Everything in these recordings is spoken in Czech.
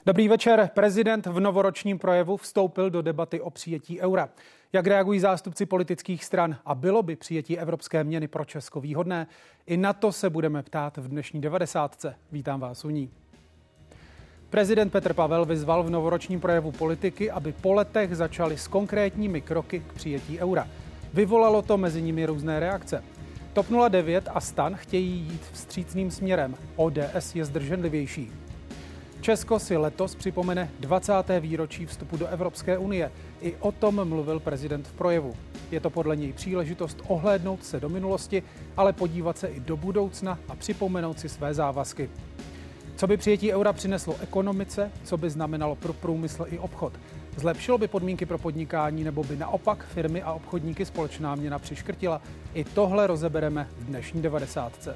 Dobrý večer. Prezident v novoročním projevu vstoupil do debaty o přijetí eura. Jak reagují zástupci politických stran a bylo by přijetí evropské měny pro Česko výhodné? I na to se budeme ptát v dnešní 90. Vítám vás u ní. Prezident Petr Pavel vyzval v novoročním projevu politiky, aby po letech začali s konkrétními kroky k přijetí eura. Vyvolalo to mezi nimi různé reakce. TOP 09 a STAN chtějí jít vstřícným směrem. ODS je zdrženlivější. Česko si letos připomene 20. výročí vstupu do Evropské unie. I o tom mluvil prezident v projevu. Je to podle něj příležitost ohlédnout se do minulosti, ale podívat se i do budoucna a připomenout si své závazky. Co by přijetí eura přineslo ekonomice, co by znamenalo pro průmysl i obchod? Zlepšilo by podmínky pro podnikání, nebo by naopak firmy a obchodníky společná měna přiškrtila? I tohle rozebereme v dnešní 90.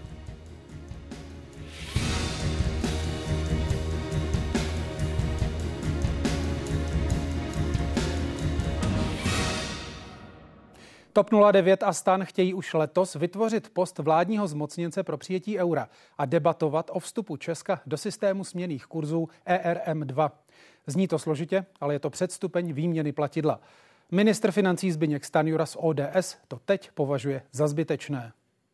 TOP 09 a STAN chtějí už letos vytvořit post vládního zmocněnce pro přijetí eura a debatovat o vstupu Česka do systému směnných kurzů ERM2. Zní to složitě, ale je to předstupeň výměny platidla. Ministr financí Zbyněk Stanjura z ODS to teď považuje za zbytečné.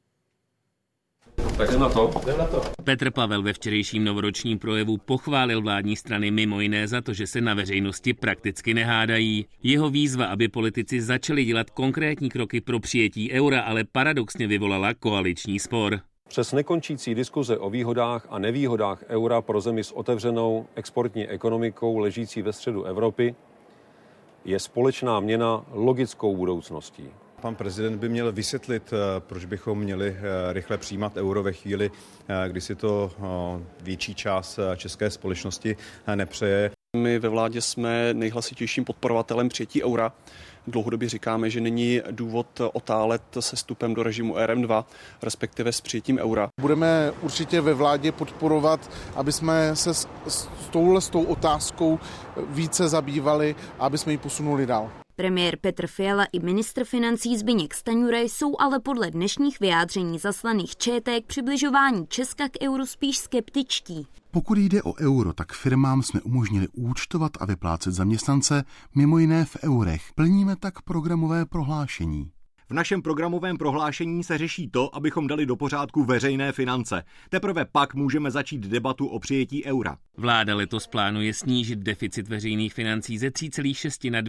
Tak jdem na to. Petr Pavel ve včerejším novoročním projevu pochválil vládní strany mimo jiné za to, že se na veřejnosti prakticky nehádají. Jeho výzva, aby politici začali dělat konkrétní kroky pro přijetí eura, ale paradoxně vyvolala koaliční spor. Přes nekončící diskuze o výhodách a nevýhodách eura pro zemi s otevřenou exportní ekonomikou ležící ve středu Evropy je společná měna logickou budoucností. Pan prezident by měl vysvětlit, proč bychom měli rychle přijímat euro ve chvíli, kdy si to větší část české společnosti nepřeje. My ve vládě jsme nejhlasitějším podporovatelem přijetí eura. Dlouhodobě říkáme, že není důvod otálet se vstupem do režimu ERM2, respektive s přijetím eura. Budeme určitě ve vládě podporovat, aby jsme se s tou otázkou více zabývali a aby jsme ji posunuli dál. Premiér Petr Fiala i ministr financí Zbyněk Stanjura jsou ale podle dnešních vyjádření zaslaných ČT k přibližování Česka k euru spíš skeptičtí. Pokud jde o euro, tak firmám jsme umožnili účtovat a vyplácet zaměstnance mimo jiné v eurech. Plníme tak programové prohlášení. V našem programovém prohlášení se řeší to, abychom dali do pořádku veřejné finance. Teprve pak můžeme začít debatu o přijetí eura. Vláda letos plánuje snížit deficit veřejných financí ze 3,6 na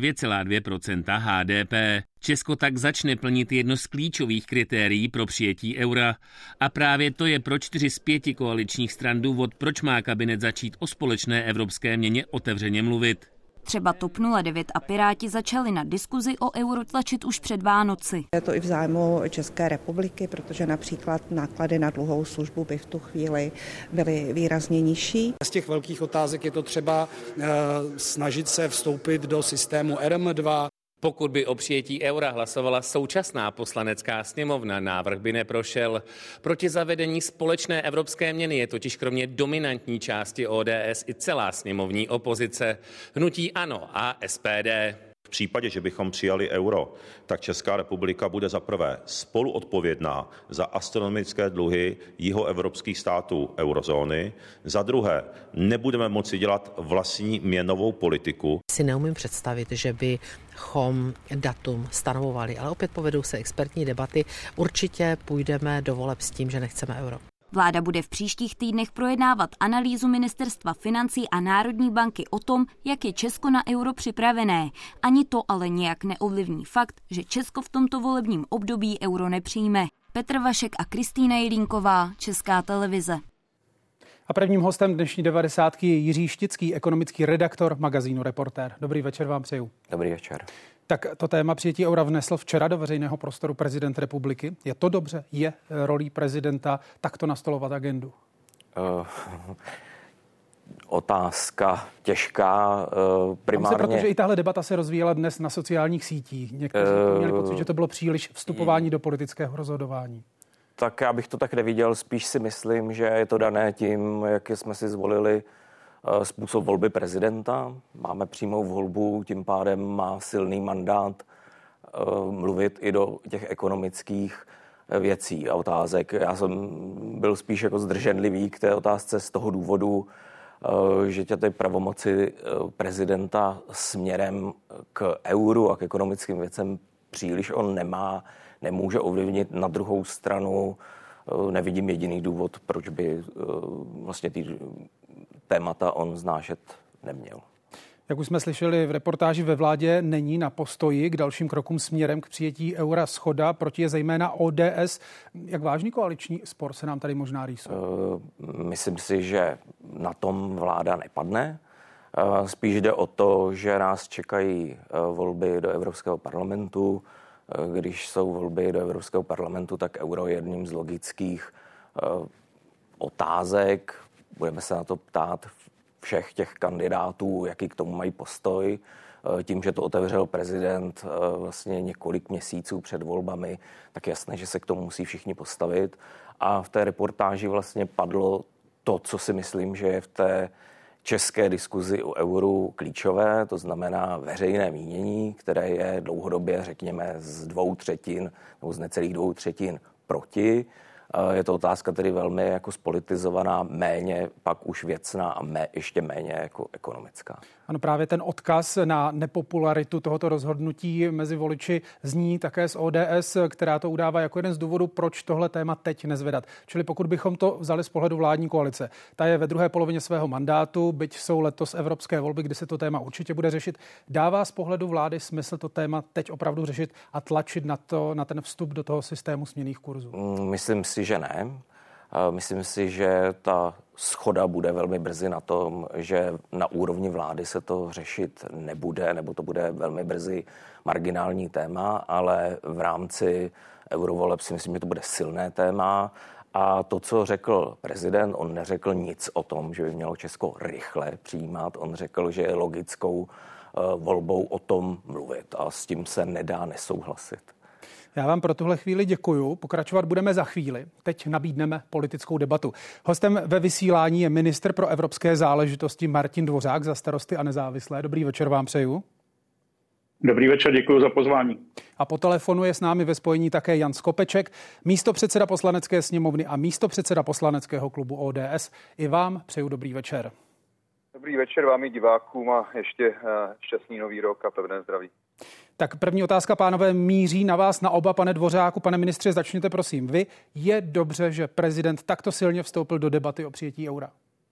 2,2 HDP. Česko tak začne plnit jedno z klíčových kritérií pro přijetí eura. A právě to je pro 4 z 5 koaličních stran důvod, proč má kabinet začít o společné evropské měně otevřeně mluvit. Třeba TOP 09 a Piráti začali na diskuzi o euro tlačit už před Vánoci. Je to i v zájmu České republiky, protože například náklady na dluhovou službu by v tu chvíli byly výrazně nižší. Z těch velkých otázek je to třeba snažit se vstoupit do systému ERM2. Pokud by o přijetí eura hlasovala současná poslanecká sněmovna, návrh by neprošel. Proti zavedení společné evropské měny je totiž kromě dominantní části ODS i celá sněmovní opozice, hnutí ANO a SPD. V případě, že bychom přijali euro, tak Česká republika bude za prvé spoluodpovědná za astronomické dluhy jihoevropských států eurozóny, za druhé nebudeme moci dělat vlastní měnovou politiku. Si neumím představit, že bychom datum stanovovali, ale opět povedou se expertní debaty. Určitě půjdeme do voleb s tím, že nechceme euro. Vláda bude v příštích týdnech projednávat analýzu Ministerstva financí a Národní banky o tom, jak je Česko na euro připravené. Ani to ale nějak neovlivní fakt, že Česko v tomto volebním období euro nepřijme. Petr Vašek a Kristýna Jelínková, Česká televize. A prvním hostem dnešní 90 je Jiří Štický, ekonomický redaktor magazínu Reportér. Dobrý večer vám přeju. Dobrý večer. Tak to téma přijetí eura vnesl včera do veřejného prostoru prezident republiky. Je to dobře? Je rolí prezidenta takto nastolovat agendu? Otázka těžká, primárně. Protože i tahle debata se rozvíjela dnes na sociálních sítích. Někteří měli pocit, že to bylo příliš vstupování do politického rozhodování. Tak já bych to tak neviděl, spíš si myslím, že je to dané tím, jak jsme si zvolili způsob volby prezidenta. Máme přímou volbu, tím pádem má silný mandát mluvit i do těch ekonomických věcí a otázek. Já jsem byl spíš jako zdrženlivý k té otázce z toho důvodu, že ty pravomoci prezidenta směrem k euru a k ekonomickým věcem příliš on nemůže ovlivnit. Na druhou stranu nevidím jediný důvod, proč by vlastně ty témata on vznášet neměl. Jak už jsme slyšeli v reportáži, ve vládě není na postoji k dalším krokům směrem k přijetí eura shoda, proti je zejména ODS. Jak vážný koaliční spor se nám tady možná rýsuje? Myslím si, že na tom vláda nepadne. Spíš jde o to, že nás čekají volby do Evropského parlamentu. Když jsou volby do Evropského parlamentu, tak euro je jedním z logických otázek. Budeme se na to ptát všech těch kandidátů, jaký k tomu mají postoj. Tím, že to otevřel prezident vlastně několik měsíců před volbami, tak jasné, že se k tomu musí všichni postavit. A v té reportáži vlastně padlo to, co si myslím, že je v té české diskuzi o euru klíčové, to znamená veřejné mínění, které je dlouhodobě, řekněme, z 2/3 nebo z necelých 2/3 proti. Je to otázka tedy velmi jako spolitizovaná, méně pak už věcná a ještě méně jako ekonomická. Ano, právě ten odkaz na nepopularitu tohoto rozhodnutí mezi voliči zní také z ODS, která to udává jako jeden z důvodů, proč tohle téma teď nezvedat. Čili pokud bychom to vzali z pohledu vládní koalice, ta je ve druhé polovině svého mandátu, byť jsou letos evropské volby, kdy se to téma určitě bude řešit, dává z pohledu vlády smysl to téma teď opravdu řešit a tlačit na ten vstup do toho systému směnných kurzů? Myslím si, že ne. Myslím si, že ta shoda bude velmi brzy na tom, že na úrovni vlády se to řešit nebude, nebo to bude velmi brzy marginální téma, ale v rámci eurovoleb si myslím, že to bude silné téma. A to, co řekl prezident, on neřekl nic o tom, že by mělo Česko rychle přijímat. On řekl, že je logickou volbou o tom mluvit a s tím se nedá nesouhlasit. Já vám pro tuhle chvíli děkuju. Pokračovat budeme za chvíli. Teď nabídneme politickou debatu. Hostem ve vysílání je ministr pro evropské záležitosti Martin Dvořák za Starosty a nezávislé. Dobrý večer vám přeju. Dobrý večer, děkuji za pozvání. A po telefonu je s námi ve spojení také Jan Skopeček, místopředseda Poslanecké sněmovny a místopředseda poslaneckého klubu ODS. I vám přeju dobrý večer. Dobrý večer vám i divákům a ještě šťastný nový rok a pevné zdraví. Tak první otázka, pánové, míří na vás, na oba, pane Dvořáku. Pane ministře, začněte prosím vy. Je dobře, že prezident takto silně vstoupil do debaty o přijetí eura?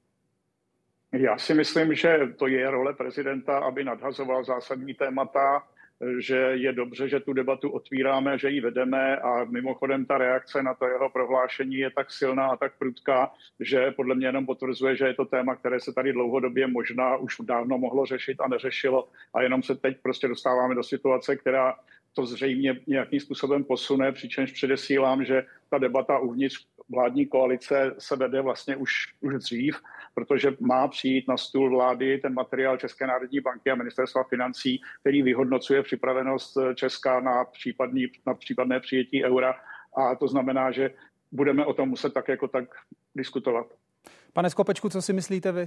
Já si myslím, že to je role prezidenta, aby nadhazoval zásadní témata, že je dobře, že tu debatu otvíráme, že ji vedeme a mimochodem ta reakce na to jeho prohlášení je tak silná a tak prudká, že podle mě jenom potvrzuje, že je to téma, které se tady dlouhodobě možná už dávno mohlo řešit a neřešilo a jenom se teď prostě dostáváme do situace, která to zřejmě nějakým způsobem posune, přičemž předesílám, že ta debata uvnitř vládní koalice se vede vlastně už dřív, protože má přijít na stůl vlády ten materiál České národní banky a ministerstva financí, který vyhodnocuje připravenost Česka na případné přijetí eura. A to znamená, že budeme o tom muset tak jako tak diskutovat. Pane Skopečku, co si myslíte vy?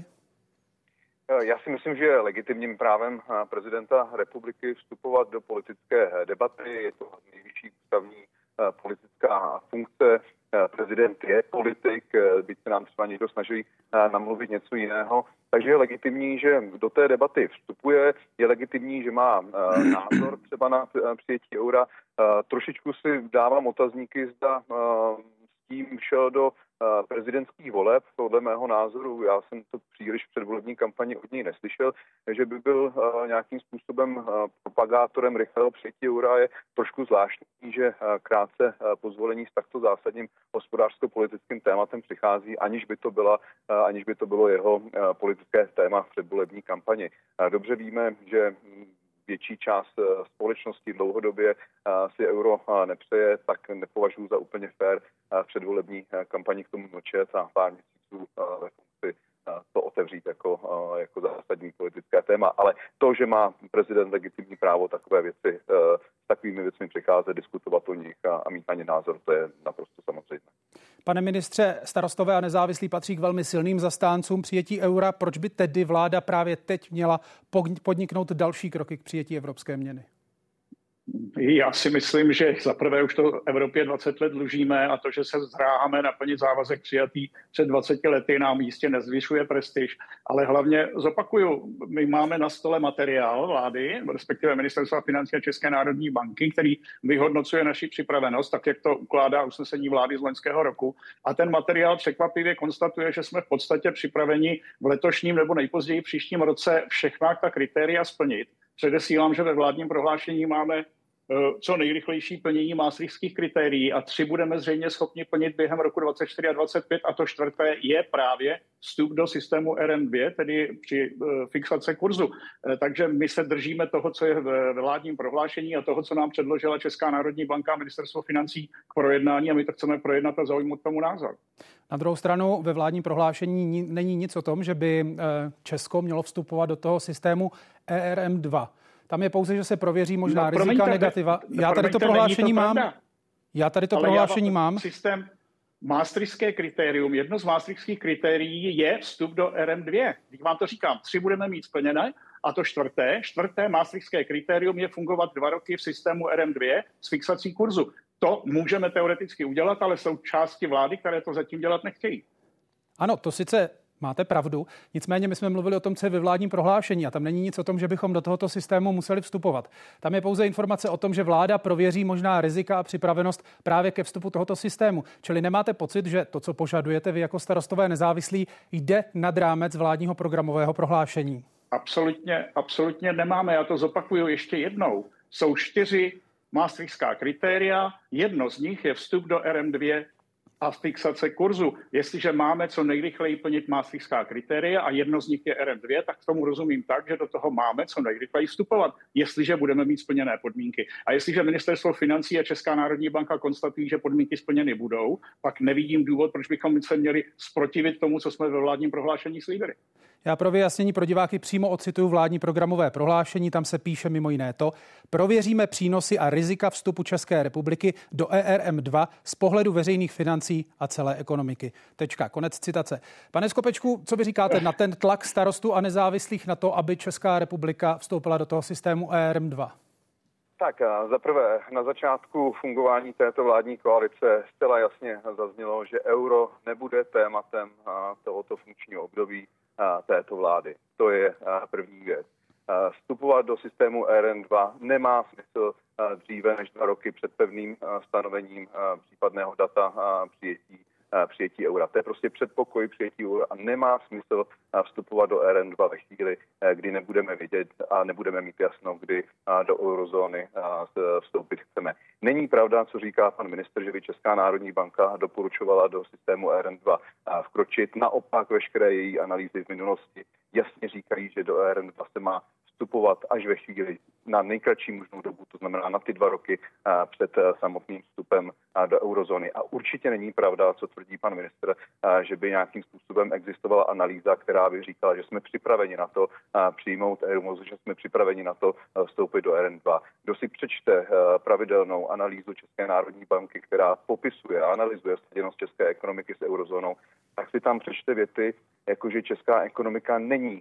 Já si myslím, že je legitimním právem prezidenta republiky vstupovat do politické debaty. Je to nejvyšší ústavní politická funkce. Prezident je politik, byť se nám třeba někdo snaží namluvit něco jiného. Takže je legitimní, že do té debaty vstupuje, je legitimní, že má názor třeba na přijetí eura. Trošičku si dávám otazníky, zda s tím šel do prezidentských voleb. Podle mého názoru, já jsem to příliš v předvolební kampani od něj neslyšel, že by byl nějakým způsobem propagátorem rychlého přijetí eura. Je trošku zvláštní, že krátce po zvolení s takto zásadním hospodářsko-politickým tématem přichází, aniž by to bylo jeho politické téma v předvolební kampani. Dobře víme, že větší část společnosti dlouhodobě si euro nepřeje, tak nepovažuji za úplně fér v předvolební kampani k tomu mlčet a pár měsíců ve funkci to otevřít jako zásadní politické téma. Ale to, že má prezident legitimní právo s takovými věcmi přicházet, diskutovat o nich a mít na ně názor, to je naprosto samozřejmé. Pane ministře, Starostové a nezávislí patří k velmi silným zastáncům přijetí eura. Proč by tedy vláda právě teď měla podniknout další kroky k přijetí evropské měny? Já si myslím, že zaprvé už to Evropě 20 let dlužíme a to, že se zdráháme naplnit závazek přijatý před 20 lety, nám jistě nezvyšuje prestiž. Ale hlavně zopakuju, my máme na stole materiál vlády, respektive Ministerstva financí a České národní banky, který vyhodnocuje naši připravenost, tak jak to ukládá usnesení vlády z loňského roku. A ten materiál překvapivě konstatuje, že jsme v podstatě připraveni v letošním nebo nejpozději příštím roce všechna ta kritéria splnit. Předesílám, že ve vládním prohlášení máme co nejrychlejší plnění maastrichtských kritérií a 3 budeme zřejmě schopni plnit během roku 2024 a 2025 a to 4. je právě vstup do systému RM2, tedy při fixace kurzu. Takže my se držíme toho, co je ve vládním prohlášení a toho, co nám předložila Česká národní banka a Ministerstvo financí k projednání a my to chceme projednat a zaujmout tomu názor. Na druhou stranu ve vládním prohlášení není nic o tom, že by Česko mělo vstupovat do toho systému ERM2. Tam je pouze, že se prověří možná rizika, negativa. Já tady to prohlášení mám. Systém maastrichtské kritérium, jedno z maastrichtských kritérií je vstup do RM2. Když vám to říkám, 3 budeme mít splněné a to čtvrté maastrichtské kritérium je fungovat 2 roky v systému RM2 s fixací kurzu. To můžeme teoreticky udělat, ale jsou části vlády, které to zatím dělat nechtějí. Ano, to sice máte pravdu, nicméně my jsme mluvili o tom, co je ve vládním prohlášení a tam není nic o tom, že bychom do tohoto systému museli vstupovat. Tam je pouze informace o tom, že vláda prověří možná rizika a připravenost právě ke vstupu tohoto systému. Čili nemáte pocit, že to, co požadujete vy jako Starostové nezávislí, jde nad rámec vládního programového prohlášení? Absolutně nemáme. Já to zopakuju ještě jednou. Jsou 4 maastrichtská kritéria, jedno z nich je vstup do RM2 a fixace kurzu. Jestliže máme co nejrychleji plnit maastrichtská kritéria a jedno z nich je RM2, tak tomu rozumím tak, že do toho máme co nejrychleji vstupovat, jestliže budeme mít splněné podmínky. A jestliže Ministerstvo financí a Česká národní banka konstatují, že podmínky splněny budou, pak nevidím důvod, proč bychom se měli zprotivit tomu, co jsme ve vládním prohlášení slíbili. Já pro vyjasnění pro diváky přímo ocituju vládní programové prohlášení, tam se píše mimo jiné to: prověříme přínosy a rizika vstupu České republiky do ERM2 z pohledu veřejných financí a celé ekonomiky. Tečka, konec citace. Pane Skopečku, co vy říkáte na ten tlak Starostů a nezávislých na to, aby Česká republika vstoupila do toho systému ERM2? Tak za prvé, na začátku fungování této vládní koalice zcela jasně zaznělo, že euro nebude tématem tohoto funkčního období této vlády. To je první věc. Vstupovat do systému ERM2 nemá smysl dříve než 2 roky před pevným stanovením případného data přijetí eura. To je prostě předpokoj přijetí eura a nemá smysl vstupovat do ERM2 ve chvíli, kdy nebudeme vidět a nebudeme mít jasno, kdy do eurozóny vstoupit chceme. Není pravda, co říká pan ministr, že by Česká národní banka doporučovala do systému ERM2 vkročit. Naopak veškeré její analýzy v minulosti jasně říkají, že do ERM2 se má vstupovat až ve chvíli na nejkratší možnou dobu, to znamená na ty 2 roky před samotným vstupem do eurozóny. A určitě není pravda, co tvrdí pan ministr, že by nějakým způsobem existovala analýza, která by říkala, že jsme připraveni na to přijmout euro, že jsme připraveni na to vstoupit do ERM2. Kdo si přečte pravidelnou analýzu České národní banky, která popisuje a analyzuje sladěnost české ekonomiky s eurozónou, tak si tam přečte věty, jakože česká ekonomika není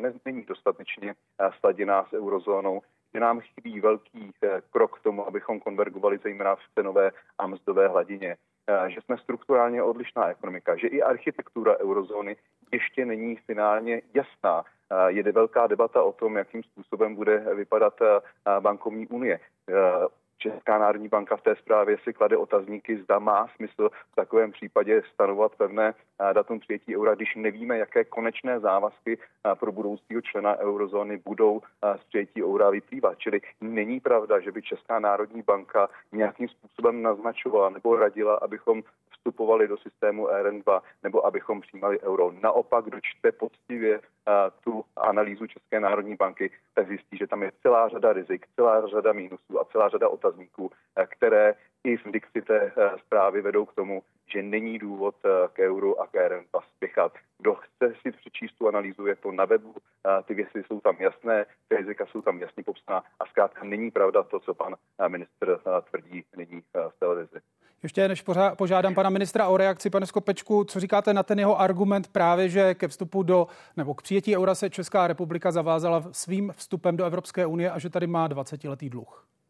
dostatečně sladěná s eurozónou, že nám chybí velký krok k tomu, abychom konvergovali zejména v cenové a mzdové hladině, že jsme strukturálně odlišná ekonomika, že i architektura eurozóny ještě není finálně jasná. Je velká debata o tom, jakým způsobem bude vypadat bankovní unie. Česká národní banka v té zprávě si klade otazníky, zda má smysl v takovém případě stanovat pevné datum přijetí eura, když nevíme, jaké konečné závazky pro budoucího člena eurozóny budou z přijetí eura vyplývat. Čili není pravda, že by Česká národní banka nějakým způsobem naznačovala nebo radila, abychom vstupovali do systému ERM2 nebo abychom přijímali euro. Naopak, kdo čte poctivě tu analýzu České národní banky, tak zjistí, že tam je celá řada rizik, celá řada mínusů a celá řada otazníků, které i v dikci té zprávy vedou k tomu, že není důvod k euru a k ERM2 spěchat. Kdo chce si přečíst tu analýzu, je to na webu, ty věci jsou tam jasné, ty rizika jsou tam jasně popsaná a zkrátka není pravda to, co pan ministr tvrdí nyní v televizi. Ještě než požádám pana ministra o reakci, pane Skopečku, co říkáte na ten jeho argument právě, že ke vstupu nebo k přijetí eura se Česká republika zavázala svým vstupem do Evropské unie a že tady má 20letý dluh?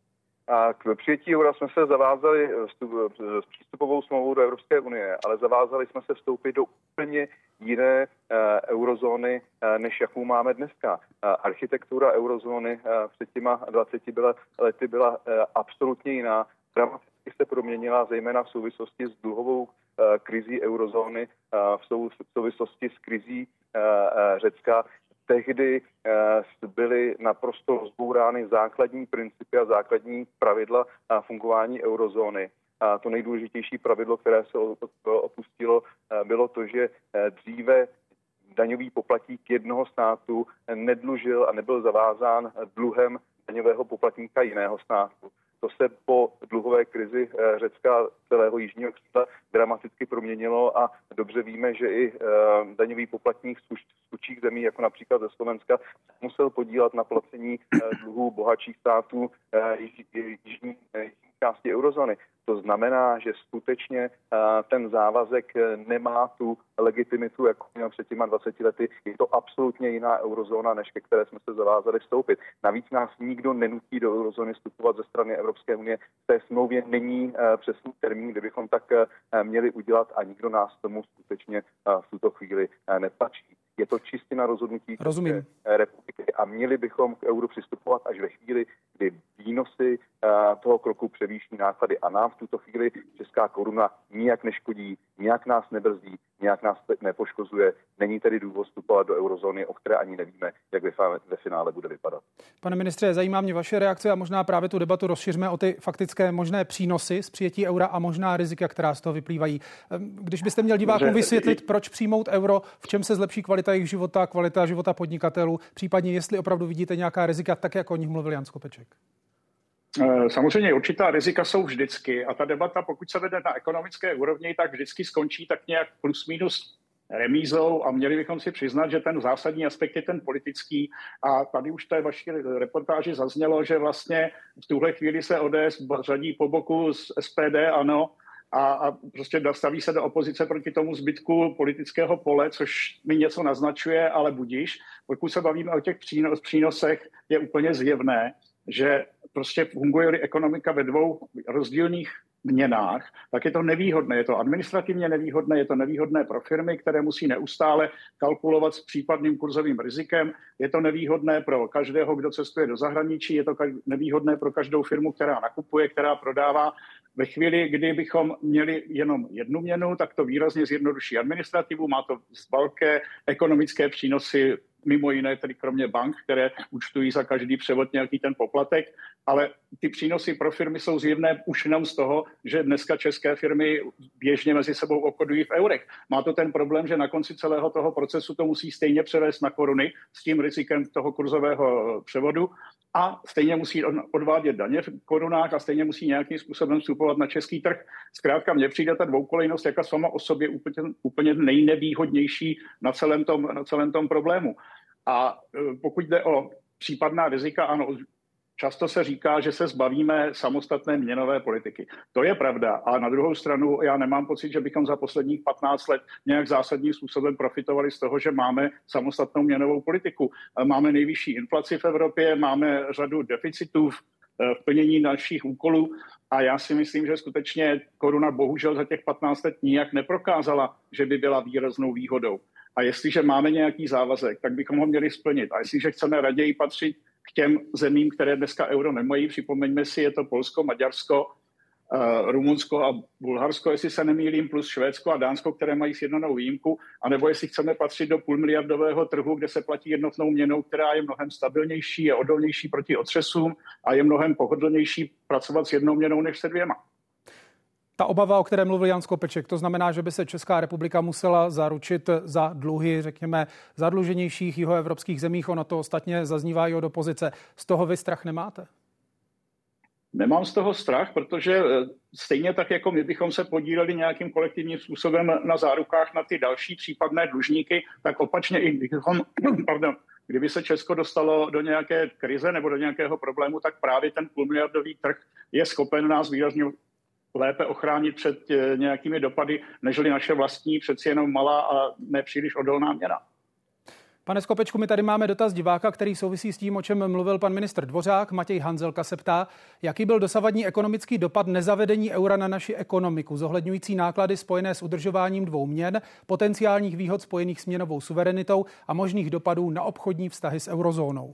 A k přijetí eura jsme se zavázali s přístupovou smlouvou do Evropské unie, ale zavázali jsme se vstoupit do úplně jiné eurozóny, než jakou máme dneska. Architektura eurozóny před těma 20 lety byla absolutně jiná. Dramaticky se proměnila, zejména v souvislosti s dluhovou krizí eurozóny, v souvislosti s krizí Řecka. Tehdy byly naprosto rozbourány základní principy a základní pravidla fungování eurozóny. A to nejdůležitější pravidlo, které se opustilo, bylo to, že dříve daňový poplatník jednoho státu nedlužil a nebyl zavázán dluhem daňového poplatníka jiného státu. To se po dluhové krizi Řecka a celého jižního křídla dramaticky proměnilo a dobře víme, že i daňový poplatník z chudších zemí, jako například ze Slovenska, musel podílet na placení dluhů bohatších států jižní části eurozóny. To znamená, že skutečně ten závazek nemá tu legitimitu, jako měl před těma 20 lety. Je to absolutně jiná eurozóna, než ke které jsme se zavázali vstoupit. Navíc nás nikdo nenutí do eurozóny vstupovat ze strany Evropské unie. V té smlouvě není přesný termín, kdybychom tak měli udělat a nikdo nás tomu skutečně v tuto chvíli netlačí. Je to čistě na rozhodnutí České republiky a měli bychom k euru přistupovat až ve chvíli, kdy výnosy toho kroku převýší náklady. A nám v tuto chvíli česká koruna nijak neškodí, nijak nás nebrzdí, nijak nás nepoškozuje. Není tedy důvod vstupovat do eurozóny, o které ani nevíme, jak ve finále bude vypadat. Pane ministře, zajímá mě vaše reakce a možná právě tu debatu rozšiřme o ty faktické možné přínosy z přijetí eura a možná rizika, která z toho vyplývají. Když byste měl divákům vysvětlit, proč přijmout euro, v čem se zlepší kvalita jejich života, kvalita života podnikatelů, případně jestli opravdu vidíte nějaká rizika, tak jako o nich mluvil Jan Skopeček. Samozřejmě určitá rizika jsou vždycky a ta debata, pokud se vede na ekonomické úrovni, tak vždycky skončí tak nějak plus minus remízou a měli bychom si přiznat, že ten zásadní aspekt je ten politický a tady už v té vaší reportáži zaznělo, že vlastně v tuhle chvíli se ODS řadí po boku z SPD, ANO, a prostě staví se do opozice proti tomu zbytku politického pole, což mi něco naznačuje, ale budíš. Pokud se bavíme o těch přínosech, je úplně zjevné, že prostě funguje-li ekonomika ve dvou rozdílných měnách, tak je to nevýhodné. Je to administrativně nevýhodné, je to nevýhodné pro firmy, které musí neustále kalkulovat s případným kurzovým rizikem. Je to nevýhodné pro každého, kdo cestuje do zahraničí, je to nevýhodné pro každou firmu, která nakupuje, která prodává. Ve chvíli, kdy bychom měli jenom jednu měnu, tak to výrazně zjednoduší administrativu, má to velké ekonomické přínosy, mimo jiné tedy kromě bank, které účtují za každý převod nějaký ten poplatek, ale ty přínosy pro firmy jsou zjevné už jenom z toho, že dneska české firmy běžně mezi sebou obchodují v eurech. Má to ten problém, že na konci celého toho procesu to musí stejně převést na koruny s tím rizikem toho kurzového převodu a stejně musí odvádět daně v korunách a stejně musí nějakým způsobem vstupovat na český trh. Zkrátka mně přijde ta dvoukolejnost jako sama o sobě úplně nejnevýhodnější na celém tom problému. A pokud jde o případná rizika, ano, často se říká, že se zbavíme samostatné měnové politiky. To je pravda. A na druhou stranu já nemám pocit, že bychom za posledních 15 let nějak zásadním způsobem profitovali z toho, že máme samostatnou měnovou politiku. Máme nejvyšší inflaci v Evropě, máme řadu deficitů v plnění našich úkolů a já si myslím, že skutečně koruna bohužel za těch 15 let nijak neprokázala, že by byla výraznou výhodou. A jestliže máme nějaký závazek, tak bychom ho měli splnit. A jestliže chceme raději patřit k těm zemím, které dneska euro nemají, připomeňme si, je to Polsko, Maďarsko, Rumunsko a Bulharsko, jestli se nemýlím, plus Švédsko a Dánsko, které mají sjednanou výjimku, anebo jestli chceme patřit do půlmiliardového trhu, kde se platí jednotnou měnou, která je mnohem stabilnější, je odolnější proti otřesům a je mnohem pohodlnější pracovat s jednou měnou než se dvěma. Ta obava, o které mluvil Jan Skopeček, to znamená, že by se Česká republika musela zaručit za dluhy, řekněme, zadluženějších jihoevropských zemích. Ono to ostatně zaznívá i od opozice. Z toho vy strach nemáte? Nemám z toho strach, protože stejně tak, jako my bychom se podíleli nějakým kolektivním způsobem na zárukách na ty další případné dlužníky, tak opačně i kdyby se Česko dostalo do nějaké krize nebo do nějakého problému, tak právě ten půlmiliardový trh je schopen nás výrazně lépe ochránit před nějakými dopady, nežli naše vlastní, přeci jenom malá a nepříliš odolná měna. Pane Skopečku, my tady máme dotaz diváka, který souvisí s tím, o čem mluvil pan ministr Dvořák. Matěj Hanzelka se ptá, jaký byl dosavadní ekonomický dopad nezavedení eura na naši ekonomiku, zohledňující náklady spojené s udržováním dvou měn, potenciálních výhod spojených s měnovou suverenitou a možných dopadů na obchodní vztahy s eurozónou.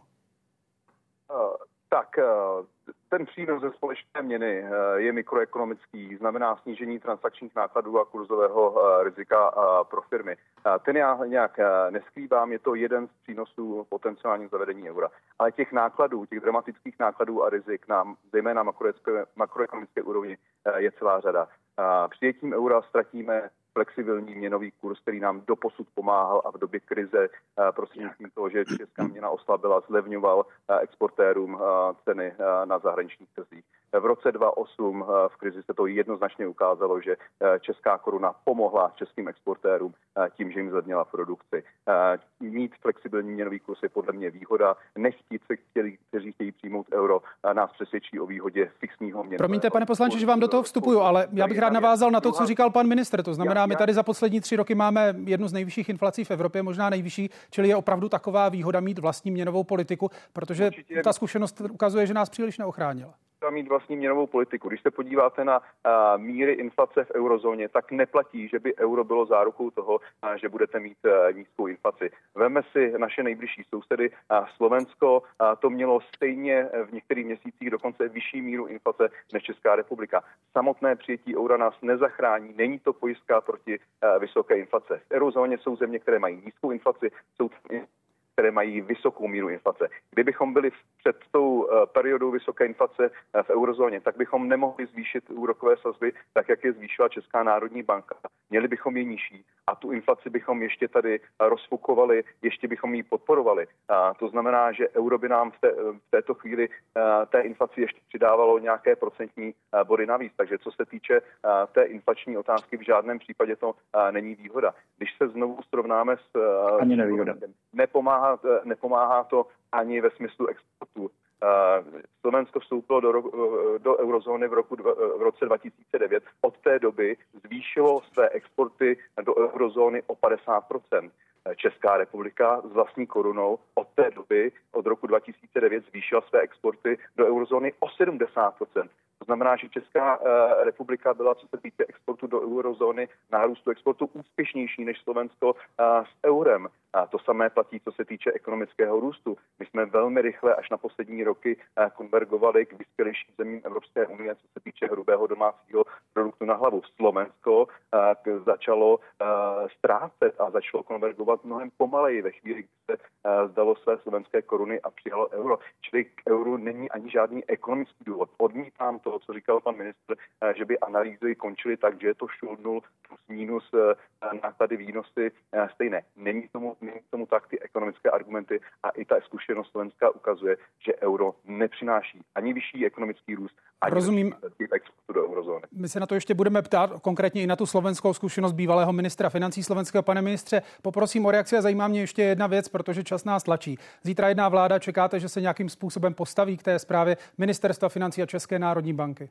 Ten přínos ze společné měny je mikroekonomický, znamená snížení transakčních nákladů a kurzového rizika pro firmy. Ten já nějak neskrývám, je to jeden z přínosů potenciálního zavedení eura. Ale těch nákladů, těch dramatických nákladů a rizik zejména makroekonomické úrovni je celá řada. Přijetím eura ztratíme flexibilní měnový kurz, který nám doposud pomáhal a v době krize prostřednictvím toho, že česká měna oslabila, zlevňoval exportérům ceny na zahraničních trzích. V roce 2008 v krizi se to jednoznačně ukázalo, že česká koruna pomohla českým exportérům tím, že jim zlevnila produkci. Mít flexibilní měnový kurz je podle mě výhoda. Nechtít se, kteří chtějí přijmout euro, nás přesvědčí o výhodě fixního měnového. Promiňte, pane poslanče, že vám do toho vstupuju, ale já bych rád navázal na to, co říkal pan ministr. To znamená, my tady za poslední 3 roky máme jednu z nejvyšších inflací v Evropě, možná nejvyšší, čili je opravdu taková výhoda mít vlastní měnovou politiku, protože ta zkušenost ukazuje, že nás příliš neochránila. Mít vlastní měnovou politiku. Když se podíváte na míry inflace v eurozóně, tak neplatí, že by euro bylo zárukou toho, že budete mít nízkou inflaci. Vemme si naše nejbližší sousedy. Slovensko to mělo stejně v některých měsících dokonce vyšší míru inflace než Česká republika. Samotné přijetí eura nás nezachrání, není to pojistka proti vysoké inflace. V eurozóně jsou země, které mají nízkou inflaci, jsou které mají vysokou míru inflace. Kdybychom byli před tou periodou vysoké inflace v eurozóně, tak bychom nemohli zvýšit úrokové sazby tak, jak je zvýšila Česká národní banka. Měli bychom je nižší a tu inflaci bychom ještě tady rozfukovali, ještě bychom ji podporovali. To znamená, že euro by nám v této chvíli té inflaci ještě přidávalo nějaké procentní body navíc. Takže co se týče té inflační otázky, v žádném případě to není výhoda. Když se znovu srovnáme s ani nevýhoda. Nepomáhá to ani ve smyslu exportu. Slovensko vstoupilo do eurozóny v roce 2009. Od té doby zvýšilo své exporty do eurozóny o 50%. Česká republika s vlastní korunou od té doby, od roku 2009, zvýšila své exporty do eurozóny o 70%. To znamená, že Česká republika byla, co se týče exportu do eurozóny, nárůstu exportu úspěšnější než Slovensko s eurem. A to samé platí, co se týče ekonomického růstu. My jsme velmi rychle až na poslední roky konvergovali k vyspělejším zemím Evropské unie, co se týče hrubého domácího produktu na hlavu. Slovensko začalo ztrácet a začalo konvergovat mnohem pomaleji ve chvíli, kdy se zdalo své slovenské koruny a přijalo euro. Čili k euru není ani žádný ekonomický důvod. Odmítám to, co říkal pan ministr, že by analýzy končily tak, že je to šulnul plus minus náklady výnosy stejné. Není tomu tak, ty ekonomické argumenty a i ta zkušenost Slovenska ukazuje, že euro nepřináší ani vyšší ekonomický růst, ani rozumím. Exportu do eurozóny. My se na to ještě budeme ptát, konkrétně i na tu slovenskou zkušenost bývalého ministra financí slovenského. Pane ministře, poprosím o reakci a zajímá mě ještě jedna věc, protože čas nás tlačí. Zítra jedná vláda, čekáte, že se nějakým způsobem postaví k té zprávě Ministerstva financí a České národní banky?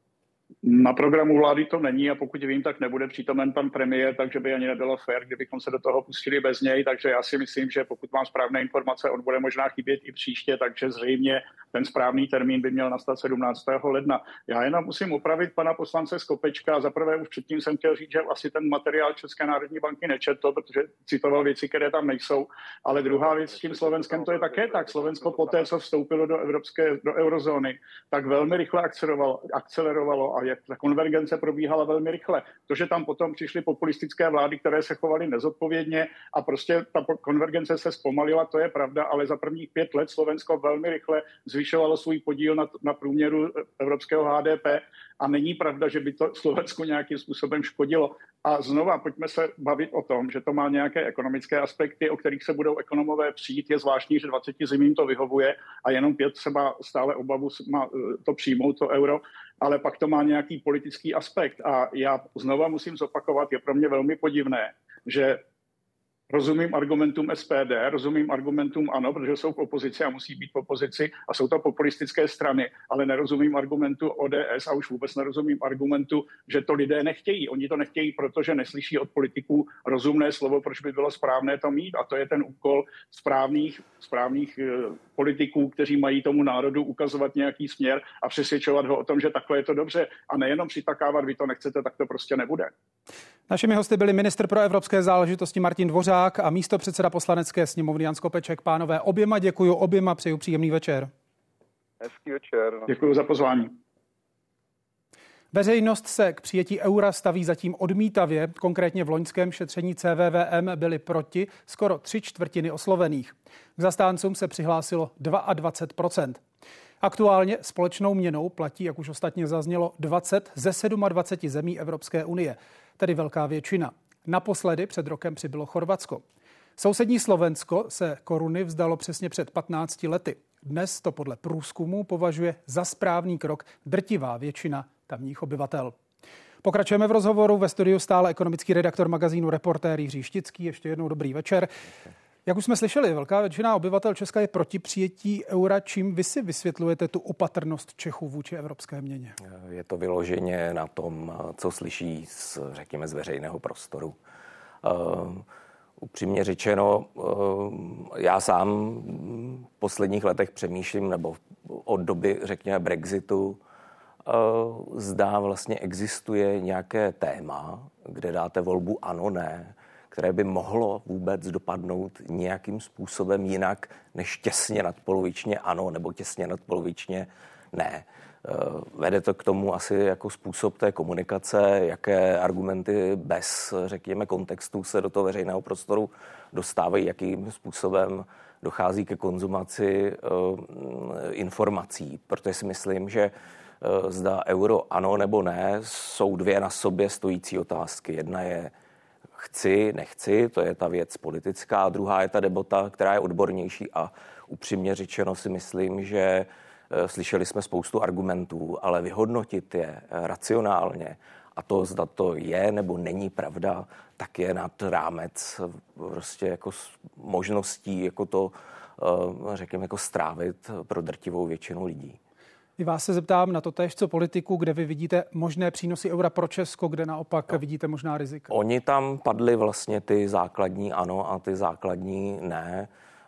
Na programu vlády to není a pokud vím, tak nebude přítomen pan premiér, takže by ani nebylo fér, kdybychom se do toho pustili bez něj, takže já si myslím, že pokud mám správné informace, on bude možná chybět i příště, takže zřejmě ten správný termín by měl nastat 17. ledna. Já jenom musím opravit pana poslance Skopečka. Za prvé už předtím jsem chtěl říct, že asi ten materiál České národní banky nečetl, protože citoval věci, které tam nejsou, ale druhá věc s tím Slovenskem to je také tak. Slovensko poté, co vstoupilo do eurozóny, tak velmi rychle akcelerovalo a ta konvergence probíhala velmi rychle. To, že tam potom přišly populistické vlády, které se chovaly nezodpovědně a prostě ta konvergence se zpomalila, to je pravda, ale za prvních 5 let Slovensko velmi rychle zvyšovalo svůj podíl na průměru evropského HDP a není pravda, že by to Slovensku nějakým způsobem škodilo. A znova pojďme se bavit o tom, že to má nějaké ekonomické aspekty, o kterých se budou ekonomové přijít. Je zvláštní, že 20 zemím to vyhovuje a jenom 5 třeba stále obavu má to přijmout, to euro, ale pak to má nějaký politický aspekt. A já znova musím zopakovat, je pro mě velmi podivné, že Rozumím argumentům SPD, rozumím argumentům ANO, protože jsou v opozici a musí být v opozici a jsou to populistické strany, ale nerozumím argumentu ODS a už vůbec nerozumím argumentu, že to lidé nechtějí. Oni to nechtějí, protože neslyší od politiků rozumné slovo, proč by bylo správné to mít, a to je ten úkol správných politiků, kteří mají tomu národu ukazovat nějaký směr a přesvědčovat ho o tom, že takhle je to dobře, a nejenom přitakávat, vy to nechcete, tak to prostě nebude. Našimi hosty byli ministr pro evropské záležitosti Martin Dvořák a místopředseda Poslanecké sněmovny Jan Skopeček. Pánové, oběma děkuju, oběma přeju příjemný večer. Hezký večer. Děkuju za pozvání. Veřejnost se k přijetí eura staví zatím odmítavě. Konkrétně v loňském šetření CVVM byli proti skoro 3/4 oslovených. K zastáncům se přihlásilo 22%. Aktuálně společnou měnou platí, jak už ostatně zaznělo, 20 ze 27 zemí Evropské unie, tedy velká většina. Naposledy před rokem přibylo Chorvatsko. Sousední Slovensko se koruny vzdalo přesně před 15 lety. Dnes to podle průzkumů považuje za správný krok drtivá většina tamních obyvatel. Pokračujeme v rozhovoru. Ve studiu stále ekonomický redaktor magazínu Reportér Jiří Štický. Ještě jednou dobrý večer. Jak už jsme slyšeli, velká většina obyvatel Česka je proti přijetí eura. Čím vy si vysvětlujete tu opatrnost Čechů vůči evropské měně? Je to vyloženě na tom, co slyší řekněme, z veřejného prostoru. Upřímně řečeno, já sám v posledních letech přemýšlím, nebo od doby, řekněme, Brexitu, zda vlastně existuje nějaké téma, kde dáte volbu ano, ne, které by mohlo vůbec dopadnout nějakým způsobem jinak, než těsně nadpolovičně ano, nebo těsně nadpolovičně ne. Vede to k tomu asi jako způsob té komunikace, jaké argumenty bez, řekněme, kontextu se do toho veřejného prostoru dostávají, jakým způsobem dochází ke konzumaci informací. Protože si myslím, že zda euro ano nebo ne, jsou dvě na sobě stojící otázky. Jedna je chci, nechci, to je ta věc politická, a druhá je ta debata, která je odbornější, a upřímně řečeno si myslím, že slyšeli jsme spoustu argumentů, ale vyhodnotit je racionálně a to, zda to je nebo není pravda, tak je nad rámec prostě jako možností jako to, řekněme, jako strávit pro drtivou většinu lidí. I vás se zeptám na to též, co politiku, kde vy vidíte možné přínosy eura pro Česko, kde naopak vidíte možná rizika. Oni tam padli vlastně ty základní ano a ty základní ne.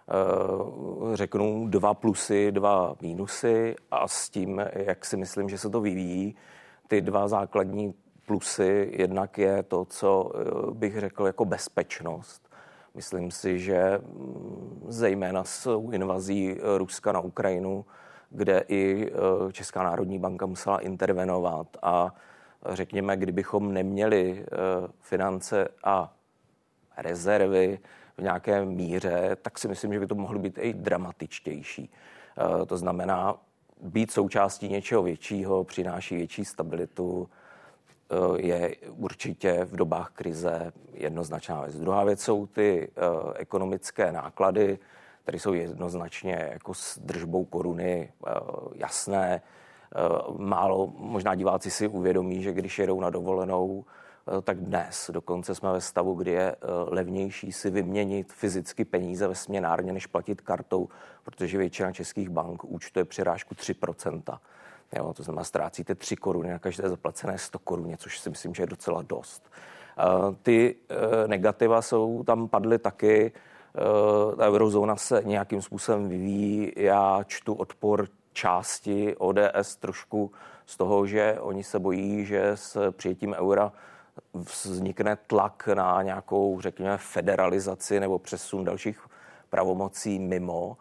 Řeknu 2 plusy, 2 mínusy a s tím, jak si myslím, že se to vyvíjí, ty 2 základní plusy jednak je to, co bych řekl jako bezpečnost. Myslím si, že zejména s invazí Ruska na Ukrajinu, kde i Česká národní banka musela intervenovat a řekněme, kdybychom neměli finance a rezervy v nějaké míře, tak si myslím, že by to mohlo být i dramatičtější. To znamená, být součástí něčeho většího přináší větší stabilitu, je určitě v dobách krize jednoznačná věc. Druhá věc jsou ty ekonomické náklady, které jsou jednoznačně jako s držbou koruny jasné. Málo možná diváci si uvědomí, že když jedou na dovolenou, tak dnes dokonce jsme ve stavu, kdy je levnější si vyměnit fyzicky peníze ve směnárně, než platit kartou, protože většina českých bank účtuje přirážku 3%. Jo, to znamená, ztrácíte 3 koruny na každé zaplacené 100 koruně, což si myslím, že je docela dost. Ty negativa tam padly taky. Ta eurozóna se nějakým způsobem vyvíjí. Já čtu odpor části ODS trošku z toho, že oni se bojí, že s přijetím eura vznikne tlak na nějakou, řekněme, federalizaci nebo přesun dalších pravomocí mimo.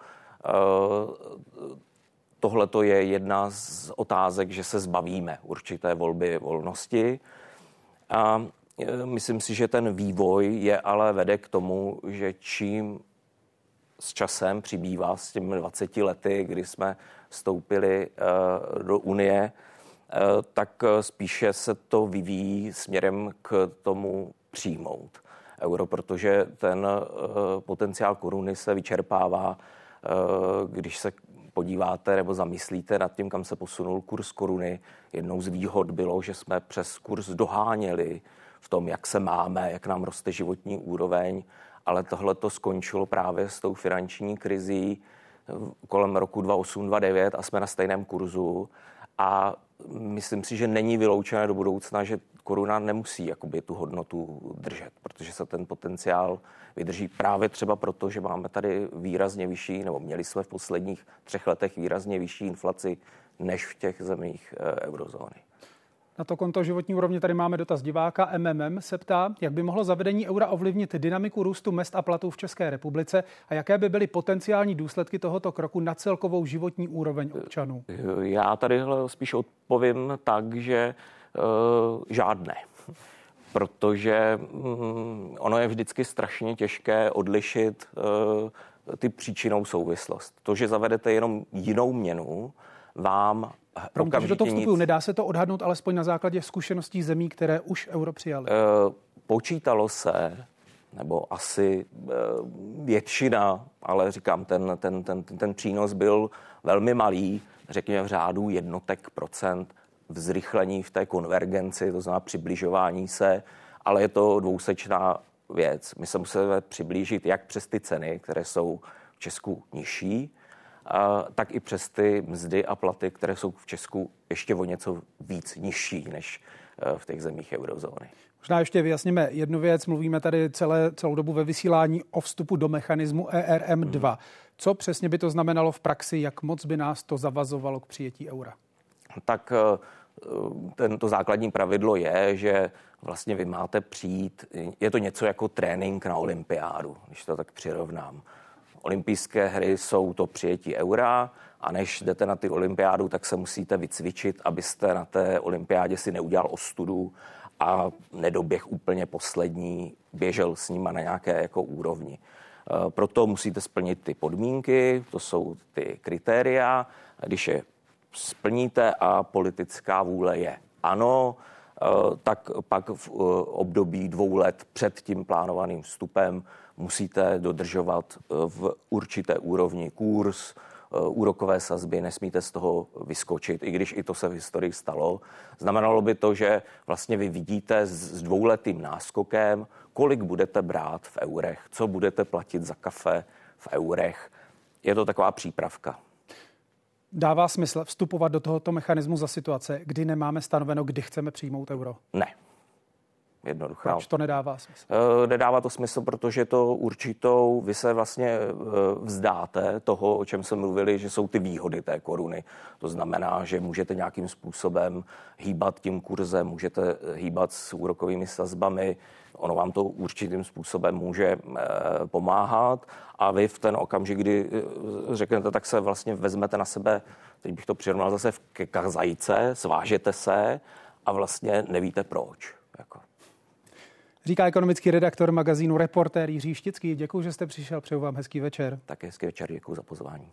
Tohle to je jedna z otázek, že se zbavíme určité volnosti. A myslím si, že ten vývoj je ale vede k tomu, že čím s časem přibývá s těmi 20 lety, kdy jsme vstoupili do Unie, tak spíše se to vyvíjí směrem k tomu přijmout euro, protože ten potenciál koruny se vyčerpává, když se podíváte nebo zamyslíte nad tím, kam se posunul kurz koruny. Jednou z výhod bylo, že jsme přes kurz doháněli v tom, jak se máme, jak nám roste životní úroveň ale tohle to skončilo právě s tou finanční krizí kolem roku 2008-2009 a jsme na stejném kurzu a myslím si, že není vyloučené do budoucna, že koruna nemusí jakoby tu hodnotu držet, protože se ten potenciál vydrží právě třeba proto, že máme tady výrazně vyšší, nebo měli jsme v posledních 3 letech výrazně vyšší inflaci než v těch zemích eurozóny. Na to konto životní úrovně tady máme dotaz diváka. MMM se ptá, jak by mohlo zavedení eura ovlivnit dynamiku růstu mezd a platů v České republice a jaké by byly potenciální důsledky tohoto kroku na celkovou životní úroveň občanů. Já tady spíš odpovím tak, že žádné. Protože ono je vždycky strašně těžké odlišit ty příčinou souvislost. To, že zavedete jenom jinou měnu, vám protože do toho vstupuju, nedá se to odhadnout alespoň na základě zkušeností zemí, které už euro přijaly? Počítalo se, nebo asi většina, ale říkám, ten přínos byl velmi malý, řekněme v řádu jednotek procent v zrychlení v té konvergenci, to znamená přibližování se, ale je to dvousečná věc. My se musíme přiblížit jak přes ty ceny, které jsou v Česku nižší, tak i přes ty mzdy a platy, které jsou v Česku ještě o něco víc nižší než v těch zemích eurozóny. Možná ještě vyjasníme jednu věc. Mluvíme tady celou dobu ve vysílání o vstupu do mechanismu ERM2. Co přesně by to znamenalo v praxi? Jak moc by nás to zavazovalo k přijetí eura? Tak to základní pravidlo je, že vlastně vy máte přijít, je to něco jako trénink na olympiádu, když to tak přirovnám. Olympijské hry jsou to přijetí eura a než jdete na ty olympiádu, tak se musíte vycvičit, abyste na té olympiádě si neudělal ostudu a nedoběh úplně poslední, běžel s nima na nějaké jako úrovni. Proto musíte splnit ty podmínky, to jsou ty kritéria. Když je splníte a politická vůle je ano, tak pak v období 2 let před tím plánovaným vstupem musíte dodržovat v určité úrovni kurz, úrokové sazby, nesmíte z toho vyskočit, i když i to se v historii stalo. Znamenalo by to, že vlastně vy vidíte s 2letým náskokem, kolik budete brát v eurech, co budete platit za kafe v eurech. Je to taková přípravka. Dává smysl vstupovat do tohoto mechanismu za situace, kdy nemáme stanoveno, kdy chceme přijmout euro? Ne. Jednoduchá. Proč to nedává smysl? Nedává to smysl, protože to určitou, vy se vlastně vzdáte toho, o čem jsme mluvili, že jsou ty výhody té koruny. To znamená, že můžete nějakým způsobem hýbat tím kurzem, můžete hýbat s úrokovými sazbami, ono vám to určitým způsobem může pomáhat a vy v ten okamžik, kdy řeknete, tak se vlastně vezmete na sebe, teď bych to přirovnal zase ke zajíce, svážete se a vlastně nevíte proč. Jako. Říká ekonomický redaktor magazínu Reportér Jiří Štický. Děkuji, že jste přišel, přeju vám hezký večer. Tak hezký večer, děkuji za pozvání.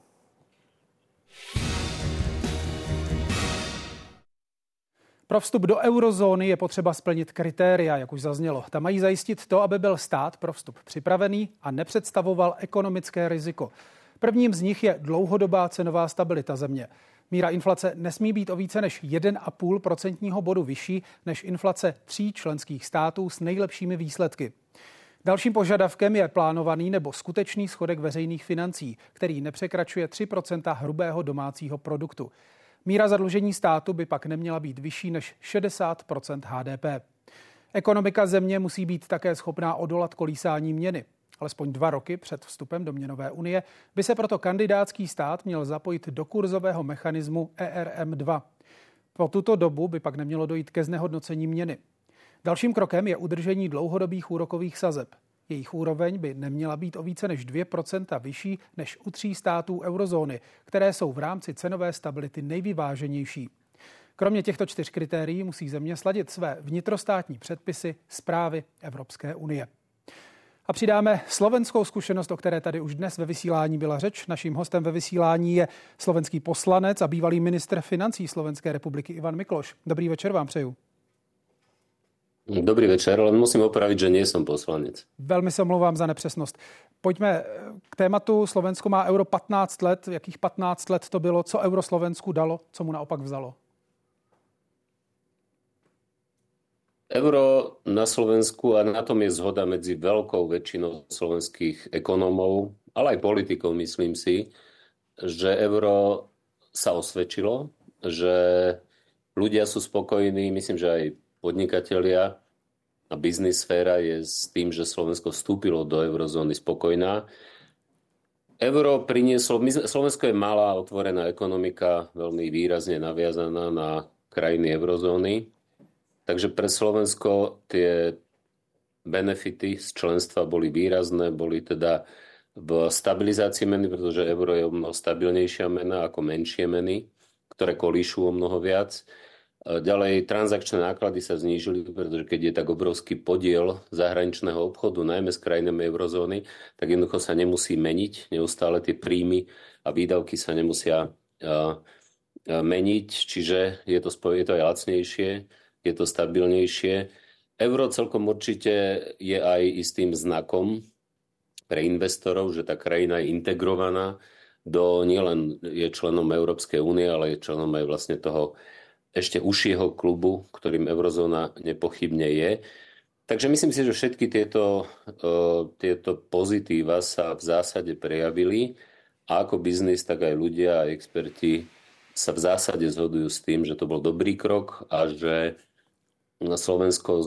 Pro vstup do eurozóny je potřeba splnit kritéria, jak už zaznělo. Ta mají zajistit to, aby byl stát pro vstup připravený a nepředstavoval ekonomické riziko. Prvním z nich je dlouhodobá cenová stabilita země. Míra inflace nesmí být o více než 1,5% bodu vyšší než inflace 3 členských států s nejlepšími výsledky. Dalším požadavkem je plánovaný nebo skutečný schodek veřejných financí, který nepřekračuje 3% hrubého domácího produktu. Míra zadlužení státu by pak neměla být vyšší než 60% HDP. Ekonomika země musí být také schopná odolat kolísání měny. Alespoň 2 roky před vstupem do měnové unie by se proto kandidátský stát měl zapojit do kurzového mechanismu ERM2. Po tuto dobu by pak nemělo dojít ke znehodnocení měny. Dalším krokem je udržení dlouhodobých úrokových sazeb. Jejich úroveň by neměla být o více než 2% vyšší než u 3 států eurozóny, které jsou v rámci cenové stability nejvyváženější. Kromě těchto 4 kritérií musí země sladit své vnitrostátní předpisy s právy Evropské unie. A přidáme slovenskou zkušenost, o které tady už dnes ve vysílání byla řeč. Naším hostem ve vysílání je slovenský poslanec a bývalý ministr financí Slovenské republiky Ivan Mikloš. Dobrý večer vám přeju. Dobrý večer, len musím opraviť, že nie som poslanec. Velmi se omlouvám za nepřesnost. Pojďme k tématu. Slovensko má euro 15 let. Jakých 15 let to bylo? Co euro Slovensku dalo? Co mu naopak vzalo? Euro na Slovensku, a na tom je zhoda medzi veľkou väčšinou slovenských ekonómov, ale aj politikov, myslím si, že euro sa osvedčilo, že ľudia sú spokojní, myslím, že aj podnikatelia a biznis sféra je s tým, že Slovensko vstúpilo do eurozóny spokojná. Euro prinieslo, Slovensko je malá otvorená ekonomika, veľmi výrazne naviazaná na krajiny eurozóny. Takže pre Slovensko tie benefity z členstva boli výrazné, boli teda v stabilizácii meny, pretože euro je o mnoho stabilnejšia mena ako menšie meny, ktoré kolíšu o mnoho viac. Ďalej transakčné náklady sa znížili, pretože keď je tak obrovský podiel zahraničného obchodu, najmä s krajinami eurozóny, tak jednoducho sa nemusí meniť. Neustále tie príjmy a výdavky sa nemusia meniť, čiže je to aj lacnejšie, je to stabilnejšie. Euro celkom určite je aj istým znakom pre investorov, že tá krajina je integrovaná nielen je členom Európskej únie, ale je členom aj vlastne toho ešte užšieho klubu, ktorým eurozóna nepochybne je. Takže myslím si, že všetky tieto pozitíva sa v zásade prejavili a ako biznis, tak aj ľudia a experti sa v zásade zhodujú s tým, že to bol dobrý krok a že Slovensko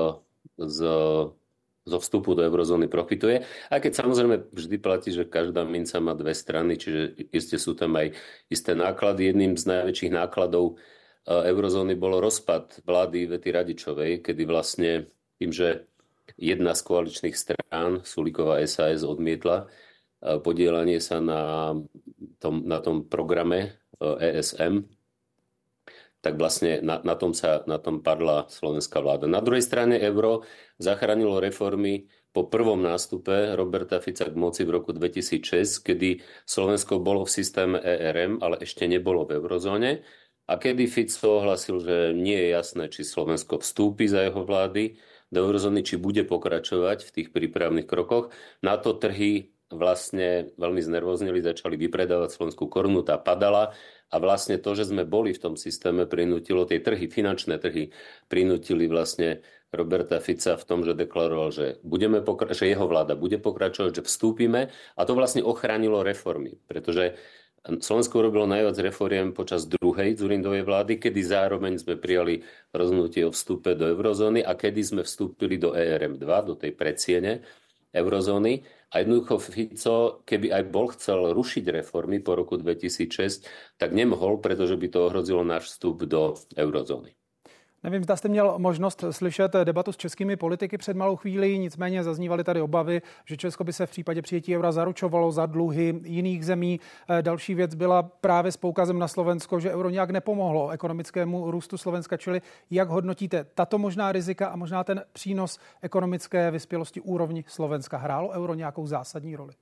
zo vstupu do eurozóny profituje. Aj keď samozrejme vždy platí, že každá minca má dve strany, čiže iste sú tam aj isté náklady. Jedným z najväčších nákladov eurozóny bolo rozpad vlády Ivety Radičovej, kedy vlastne tým, že jedna z koaličných strán, Sulíková SAS, odmietla podielanie sa na tom programe ESM, tak vlastne na tom padla slovenská vláda. Na druhej strane euro zachránilo reformy po prvom nástupe Roberta Fica k moci v roku 2006, kedy Slovensko bolo v systéme ERM, ale ešte nebolo v eurozóne. A kedy Fico ohlasil, že nie je jasné, či Slovensko vstúpi za jeho vlády do eurozóny, či bude pokračovať v tých prípravných krokoch. Na to trhy vlastne veľmi znervoznili, začali vypredávať slovenskú korunu, tá padala. A vlastne to, že sme boli v tom systéme, prinútilo tie trhy, finančné trhy, prinútili vlastne Roberta Fica v tom, že deklaroval, že jeho vláda bude pokračovať, že vstúpime, a to vlastne ochránilo reformy, pretože Slovensko urobilo najviac reforiem počas druhej Dzurindovej vlády, kedy zároveň sme prijali rozhodnutie o vstupe do eurozóny a kedy sme vstúpili do ERM2, do tej predsiene eurozóny. A jednoducho Fico, keby aj bol chcel rušiť reformy po roku 2006, tak nemohol, pretože by to ohrozilo náš vstup do eurozóny. Nevím, zda jste měl možnost slyšet debatu s českými politiky před malou chvílí, nicméně zaznívaly tady obavy, že Česko by se v případě přijetí eura zaručovalo za dluhy jiných zemí. Další věc byla právě s poukazem na Slovensko, že euro nějak nepomohlo ekonomickému růstu Slovenska, čili jak hodnotíte tato možná rizika a možná ten přínos ekonomické vyspělosti úrovni Slovenska? Hrálo euro nějakou zásadní roli?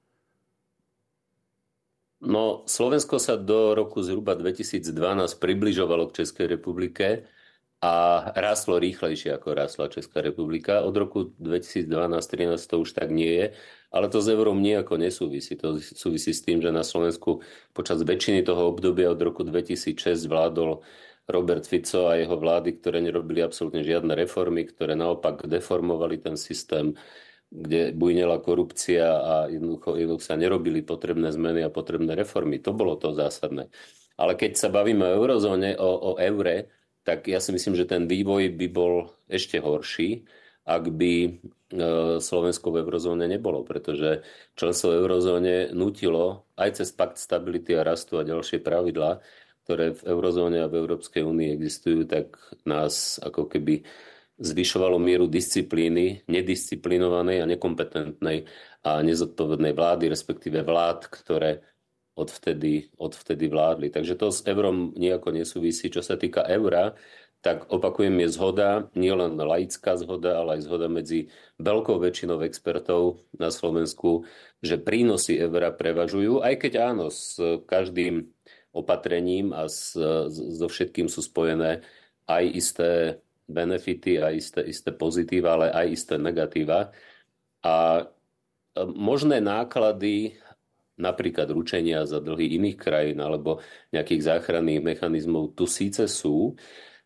No, Slovensko sa do roku zhruba 2012 približovalo k Českej republike a rástlo rýchlejšie, ako rástla Česká republika. Od roku 2012-2013 to už tak nie je, ale to s eurom nejako nesúvisí. To súvisí s tým, že na Slovensku počas väčšiny toho obdobia od roku 2006 vládol Robert Fico a jeho vlády, ktoré nerobili absolútne žiadne reformy, ktoré naopak deformovali ten systém, kde bujnela korupcia a jednoducho sa nerobili potrebné zmeny a potrebné reformy. To bolo to zásadné. Ale keď sa bavíme o eurozóne, o eure, tak ja si myslím, že ten vývoj by bol ešte horší, ak by Slovensko v eurozóne nebolo, pretože členstvo v eurozóne nutilo aj cez pakt stability a rastu a ďalšie pravidlá, ktoré v eurozóne a v Európskej únii existujú, tak nás ako keby zvyšovalo mieru disciplíny, nedisciplinovanej a nekompetentnej a nezodpovednej vlády, respektíve vlád, ktoré odvtedy vládli. Takže to s eurom nejako nesúvisí. Čo sa týka eura, tak opakujem, je zhoda, nielen laická zhoda, ale aj zhoda medzi veľkou väčšinou expertov na Slovensku, že prínosy eura prevažujú, aj keď áno, s každým opatrením a so všetkým sú spojené aj isté benefity a isté pozitíva, ale aj isté negatíva. A možné náklady napríklad ručenia za dlhy iných krajín alebo nejakých záchranných mechanizmov tu síce sú,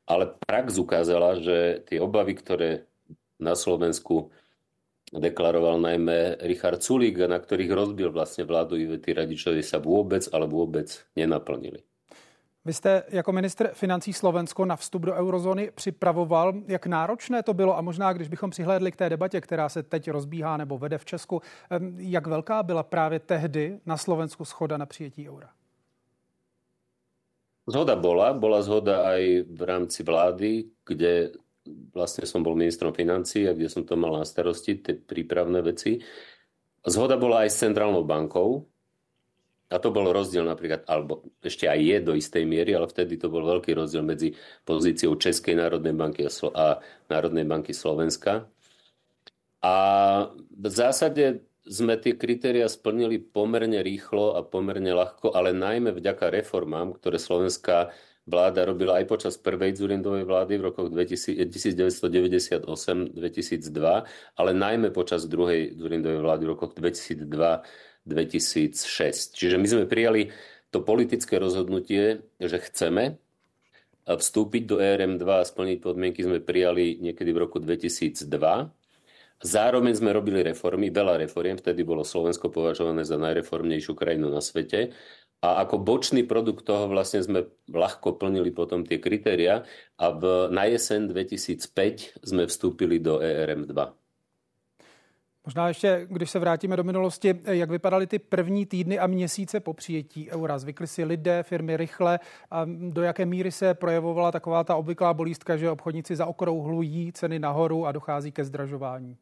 ale prax ukázala, že tie obavy, ktoré na Slovensku deklaroval najmä Richard Sulík, na ktorých rozbil vlastne vládu Ivety Radičovej, sa vôbec, ale vôbec nenaplnili. Vy jste jako ministr financí Slovensko na vstup do eurozóny připravoval. Jak náročné to bylo a možná, když bychom přihlédli k té debatě, která se teď rozbíhá nebo vede v Česku, jak velká byla právě tehdy na Slovensku shoda na přijetí eura? Zhoda bola zhoda aj v rámci vlády, kde vlastne som bol ministrom financií a kde som to mal na starosti, tie prípravné veci. Zhoda bola aj s centrálnou bankou. A to bol rozdiel napríklad, alebo ešte aj je do istej miery, ale vtedy to bol veľký rozdiel medzi pozíciou Českej národnej banky a Národnej banky Slovenska. A v zásade sme tie kritériá splnili pomerne rýchlo a pomerne ľahko, ale najmä vďaka reformám, ktoré slovenská vláda robila aj počas prvej Dzurindovej vlády v rokoch 1998-2002, ale najmä počas druhej Dzurindovej vlády v rokoch 2002-2006. Čiže my sme prijali to politické rozhodnutie, že chceme vstúpiť do ERM2 a splniť podmienky sme prijali niekedy v roku 2002. Zároveň sme robili reformy, veľa reforiem, vtedy bolo Slovensko považované za najreformnejšiu krajinu na svete. A ako bočný produkt toho vlastne sme ľahko plnili potom tie kritériá a na jeseň 2005 sme vstúpili do ERM2. Možná ještě, když se vrátíme do minulosti, jak vypadaly ty první týdny a měsíce po přijetí eura? Zvykli si lidé, firmy rychle a do jaké míry se projevovala taková ta obvyklá bolístka, že obchodníci zaokrouhlují ceny nahoru a dochází ke zdražování?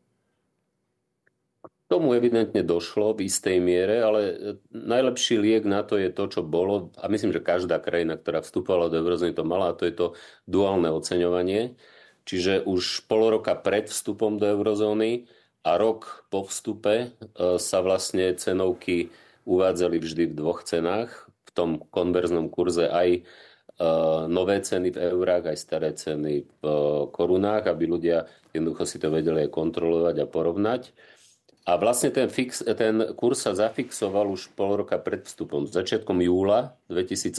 Tomu evidentne došlo v istej miere, ale najlepší liek na to je to, čo bolo, a myslím, že každá krajina, ktorá vstupovala do eurozóny, to mala, a to je to duálne oceňovanie. Čiže už pol roka pred vstupom do eurozóny a rok po vstupe sa vlastne cenovky uvádzali vždy v dvoch cenách. V tom konverznom kurze aj nové ceny v eurách, aj staré ceny v korunách, aby ľudia jednoducho si to vedeli aj kontrolovať a porovnať. A vlastne ten kurz sa zafixoval už pol roka pred vstupom. Začiatkom júla 2008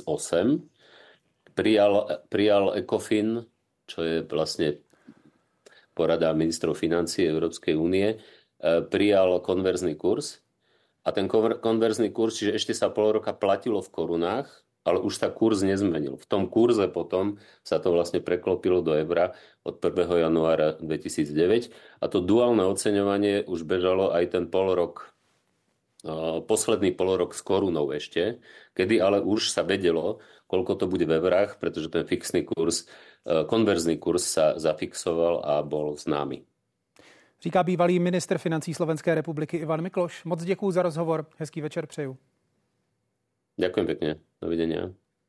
prijal ECOFIN, čo je vlastne porada ministrov financií Európskej únie, prijal konverzný kurz. A ten konverzný kurz, čiže ešte sa pol roka platilo v korunách, ale už sa kurz nezmenil. V tom kurze potom sa to vlastne preklopilo do eura od 1. januára 2009 a to duálne oceňovanie už bežalo aj ten polrok, posledný polrok s korunou ešte, kedy ale už sa vedelo, koľko to bude v eurách, pretože ten fixný kurz, konverzný kurz sa zafixoval a bol známy. Říká bývalý ministr financí Slovenské republiky Ivan Mikloš. Moc děkuju za rozhovor. Hezký večer přeju. Ďakujem pekne. Dovidenia.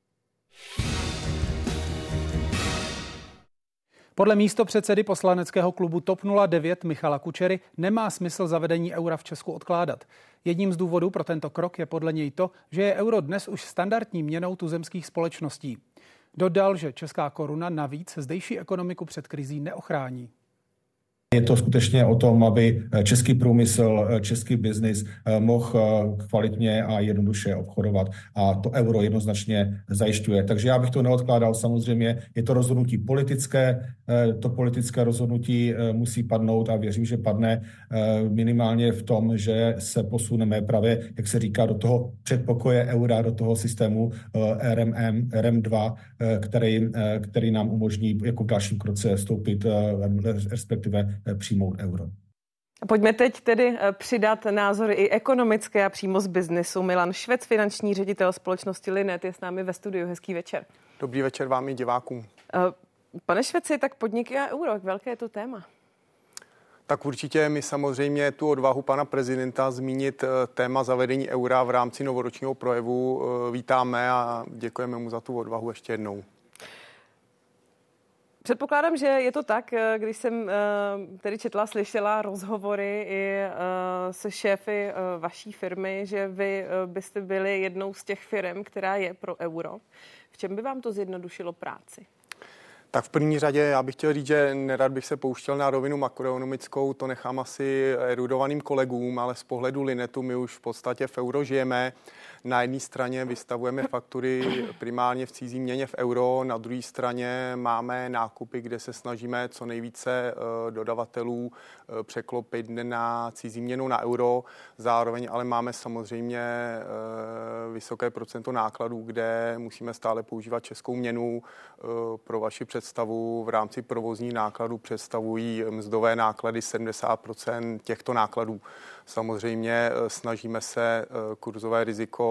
Podle místopředsedy poslaneckého klubu TOP 09 Michala Kučery nemá smysl zavedení eura v Česku odkládat. Jedním z důvodů pro tento krok je podle něj to, že je euro dnes už standardní měnou tuzemských společností. Dodal, že česká koruna navíc zdejší ekonomiku před krizí neochrání. Je to skutečně o tom, aby český průmysl, český biznis mohl kvalitně a jednoduše obchodovat a to euro jednoznačně zajišťuje. Takže já bych to neodkládal, samozřejmě je to rozhodnutí politické, to politické rozhodnutí musí padnout a věřím, že padne minimálně v tom, že se posuneme právě, jak se říká, do toho předpokoje eura, do toho systému RM2, který nám umožní jako v dalším kroce vstoupit, respektive přijmout euro. Pojďme teď tedy přidat názory i ekonomické a přímo z biznesu. Milan Švec, finanční ředitel společnosti Linet, je s námi ve studiu. Hezký večer. Dobrý večer vám i divákům. Pane Šveci, tak podniky a euro, jak velké je to téma? Tak určitě my samozřejmě tu odvahu pana prezidenta zmínit téma zavedení eura v rámci novoročního projevu vítáme a děkujeme mu za tu odvahu ještě jednou. Předpokládám, že je to tak, když jsem tedy četla, slyšela rozhovory i se šéfy vaší firmy, že vy byste byli jednou z těch firm, která je pro euro. V čem by vám to zjednodušilo práci? Tak v první řadě já bych chtěl říct, že nerad bych se pouštěl na rovinu makroekonomickou, to nechám asi erudovaným kolegům, ale z pohledu Linetu my už v podstatě v euro žijeme. Na jedné straně vystavujeme faktury primárně v cizí měně v euro, na druhé straně máme nákupy, kde se snažíme co nejvíce dodavatelů překlopit na cizí měnu na euro. Zároveň ale máme samozřejmě vysoké procento nákladů, kde musíme stále používat českou měnu. Pro vaši představu v rámci provozních nákladů představují mzdové náklady 70% těchto nákladů. Samozřejmě snažíme se kurzové riziko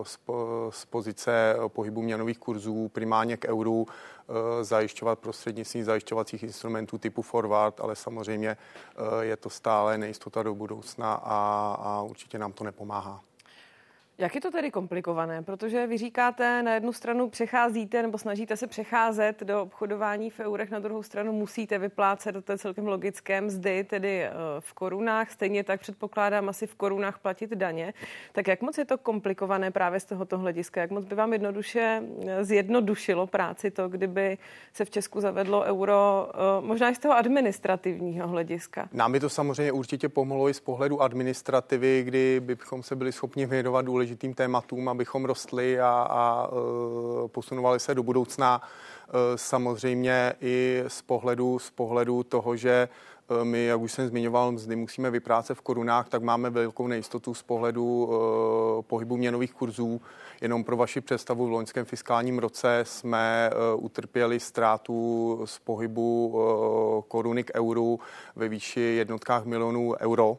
z pozice pohybu měnových kurzů primárně k euru zajišťovat prostřednictvím zajišťovacích instrumentů typu forward, ale samozřejmě je to stále nejistota do budoucna a určitě nám to nepomáhá. Jak je to tedy komplikované? Protože vy říkáte, na jednu stranu přecházíte nebo snažíte se přecházet do obchodování v eurech, na druhou stranu musíte vyplácet, to je celkem logické, mzdy, tedy v korunách, stejně tak předpokládám asi v korunách platit daně. Tak jak moc je to komplikované právě z tohoto hlediska? Jak moc by vám zjednodušilo práci to, kdyby se v Česku zavedlo euro, možná i z toho administrativního hlediska? Nám by to samozřejmě určitě pomohlo i z pohledu administrativy, kdy bychom se byli schopni věnovat důležitým tématům, abychom rostli a posunovali se do budoucna. Samozřejmě i z pohledu toho, že my, jak už jsem zmiňoval, mzdy musíme vyplácet v korunách, tak máme velkou nejistotu z pohledu pohybu měnových kurzů. Jenom pro vaši představu, v loňském fiskálním roce jsme utrpěli ztrátu z pohybu koruny k euru ve výši jednotkách milionů euro.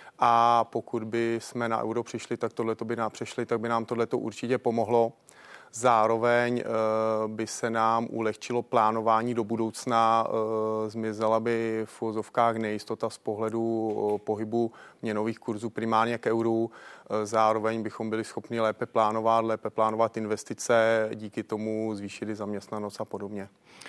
A pokud by jsme na euro přišli, tak by nám tohleto určitě pomohlo. Zároveň by se nám ulehčilo plánování do budoucna, zmizela by v uvozovkách nejistota z pohledu pohybu měnových kurzů primárně k euru. Zároveň bychom byli schopni lépe plánovat investice, díky tomu zvýšili zaměstnanost a podobně.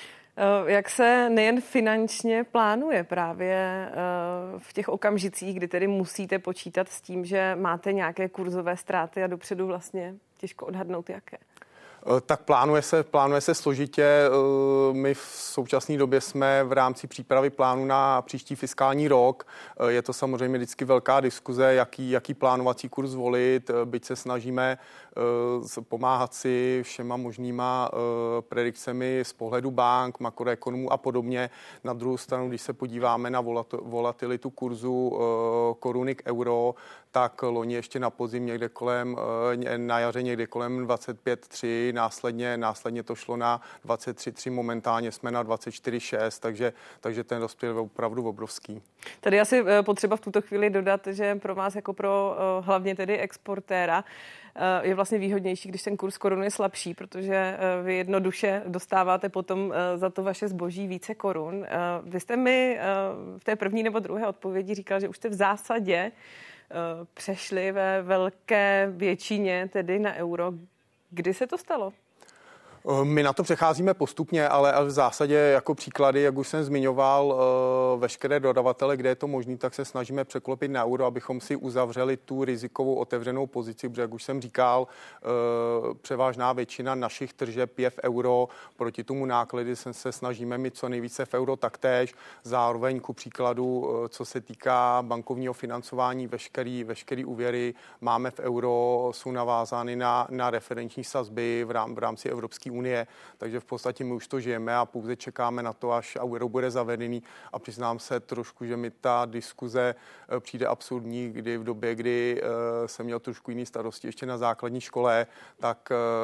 Jak se nejen finančně plánuje právě v těch okamžicích, kdy tedy musíte počítat s tím, že máte nějaké kurzové ztráty a dopředu vlastně těžko odhadnout jaké? Tak plánuje se složitě. My v současné době jsme v rámci přípravy plánu na příští fiskální rok. Je to samozřejmě vždycky velká diskuze, jaký plánovací kurz volit, byť se snažíme pomáhat si všema možnýma predikcemi z pohledu bank, makroekonomů a podobně. Na druhou stranu, když se podíváme na volatilitu kurzu koruny k euro, tak loni ještě na podzim na jaře někde kolem 25,3, následně to šlo na 23,3, momentálně jsme na 24,6, takže ten rozdíl je opravdu obrovský. Tady je asi potřeba v tuto chvíli dodat, že pro vás jako pro hlavně tedy exportéra je vlastně výhodnější, když ten kurz koruny je slabší, protože vy jednoduše dostáváte potom za to vaše zboží více korun. Vy jste mi v té první nebo druhé odpovědi říkal, že už jste v zásadě přešli ve velké většině tedy na euro. Kdy se to stalo? My na to přecházíme postupně, ale v zásadě jako příklady, jak už jsem zmiňoval, veškeré dodavatele, kde je to možné, tak se snažíme překlopit na euro, abychom si uzavřeli tu rizikovou otevřenou pozici, protože jak už jsem říkal, převážná většina našich tržeb je v euro, proti tomu náklady se snažíme mít co nejvíce v euro taktéž. Zároveň ku příkladu, co se týká bankovního financování, veškerý úvěry máme v euro, jsou navázány na referenční sazby v rámci Evropské unie, takže v podstatě my už to žijeme a pouze čekáme na to, až euro bude zavedený a přiznám se trošku, že mi ta diskuze přijde absurdní, kdy v době, kdy jsem měl trošku jiný starosti ještě na základní škole, tak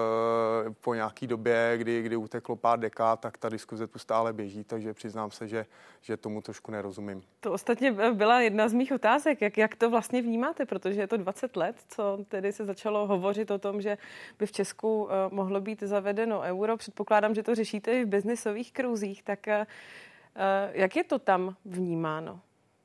po nějaký době, kdy uteklo pár dekád, tak ta diskuze tu stále běží, takže přiznám se, že tomu trošku nerozumím. To ostatně byla jedna z mých otázek, jak to vlastně vnímáte, protože je to 20 let, co tedy se začalo hovořit o tom, že by v Česku mohlo být zavedeno euro. Předpokládám, že to řešíte i v biznisových kruzích, tak jak je to tam vnímáno?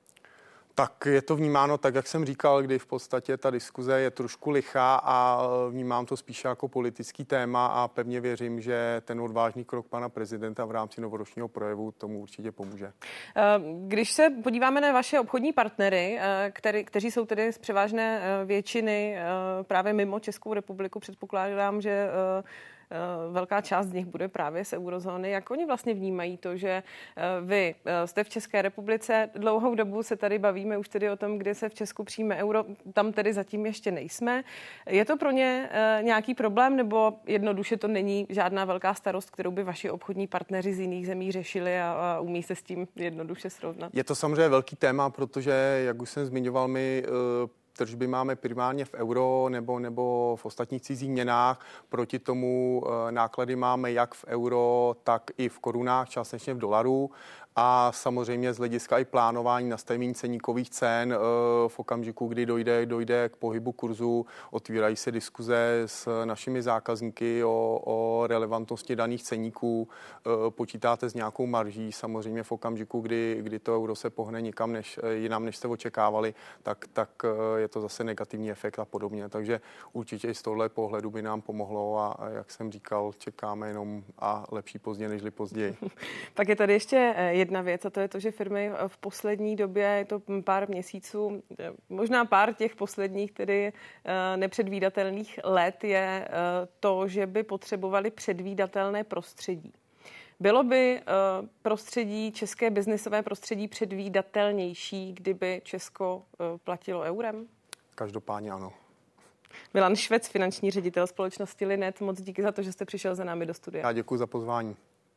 Tak je to vnímáno tak, jak jsem říkal, kdy v podstatě ta diskuze je trošku lichá a vnímám to spíše jako politický téma a pevně věřím, že ten odvážný krok pana prezidenta v rámci novoročního projevu tomu určitě pomůže. Když se podíváme na vaše obchodní partnery, kteří jsou tedy z převážné většiny právě mimo Českou republiku, předpokládám, že velká část z nich bude právě z eurozóny. Jak oni vlastně vnímají to, že vy jste v České republice, dlouhou dobu se tady bavíme už tedy o tom, kdy se v Česku přijme euro, tam tedy zatím ještě nejsme. Je to pro ně nějaký problém, nebo jednoduše to není žádná velká starost, kterou by vaši obchodní partneři z jiných zemí řešili a umí se s tím jednoduše srovnat? Je to samozřejmě velký téma, protože, jak už jsem zmiňoval, my tržby máme primárně v euro nebo v ostatních cizích měnách. Proti tomu náklady máme jak v euro, tak i v korunách, částečně v dolaru. A samozřejmě z hlediska i plánování nastavení ceníkových cen v okamžiku, kdy dojde k pohybu kurzu, otvírají se diskuze s našimi zákazníky o relevantnosti daných ceníků, počítáte s nějakou marží, samozřejmě v okamžiku, kdy to euro se pohne někam jinam, než jste očekávali, tak je to zase negativní efekt a podobně. Takže určitě i z tohle pohledu by nám pomohlo a jak jsem říkal, čekáme jenom a lepší pozdě, nežli později. Pak je tady ještě jedna věc a to je to, že firmy v poslední době, je to pár měsíců, možná pár těch posledních tedy nepředvídatelných let je to, že by potřebovali předvídatelné prostředí. Bylo by prostředí, české biznisové prostředí předvídatelnější, kdyby Česko platilo eurem? Každopádně ano. Milan Švec, finanční ředitel společnosti Linet, moc díky za to, že jste přišel za námi do studia. Já děkuji za pozvání.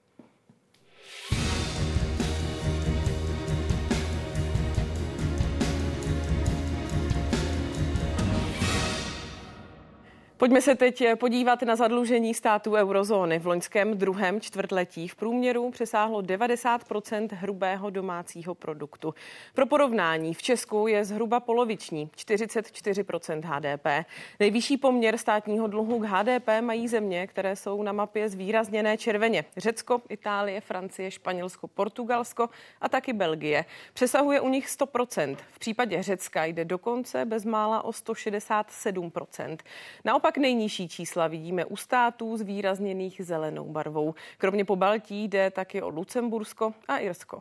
Pojďme se teď podívat na zadlužení států eurozóny. V loňském druhém čtvrtletí v průměru přesáhlo 90% hrubého domácího produktu. Pro porovnání v Česku je zhruba poloviční, 44% HDP. Nejvyšší poměr státního dluhu k HDP mají země, které jsou na mapě zvýrazněné červeně. Řecko, Itálie, Francie, Španělsko, Portugalsko a taky Belgie. Přesahuje u nich 100%. V případě Řecka jde dokonce bezmála o 167%. Naopak nejnižší čísla vidíme u států zvýrazněných zelenou barvou. Kromě Pobaltí jde taky o Lucembursko a Irsko.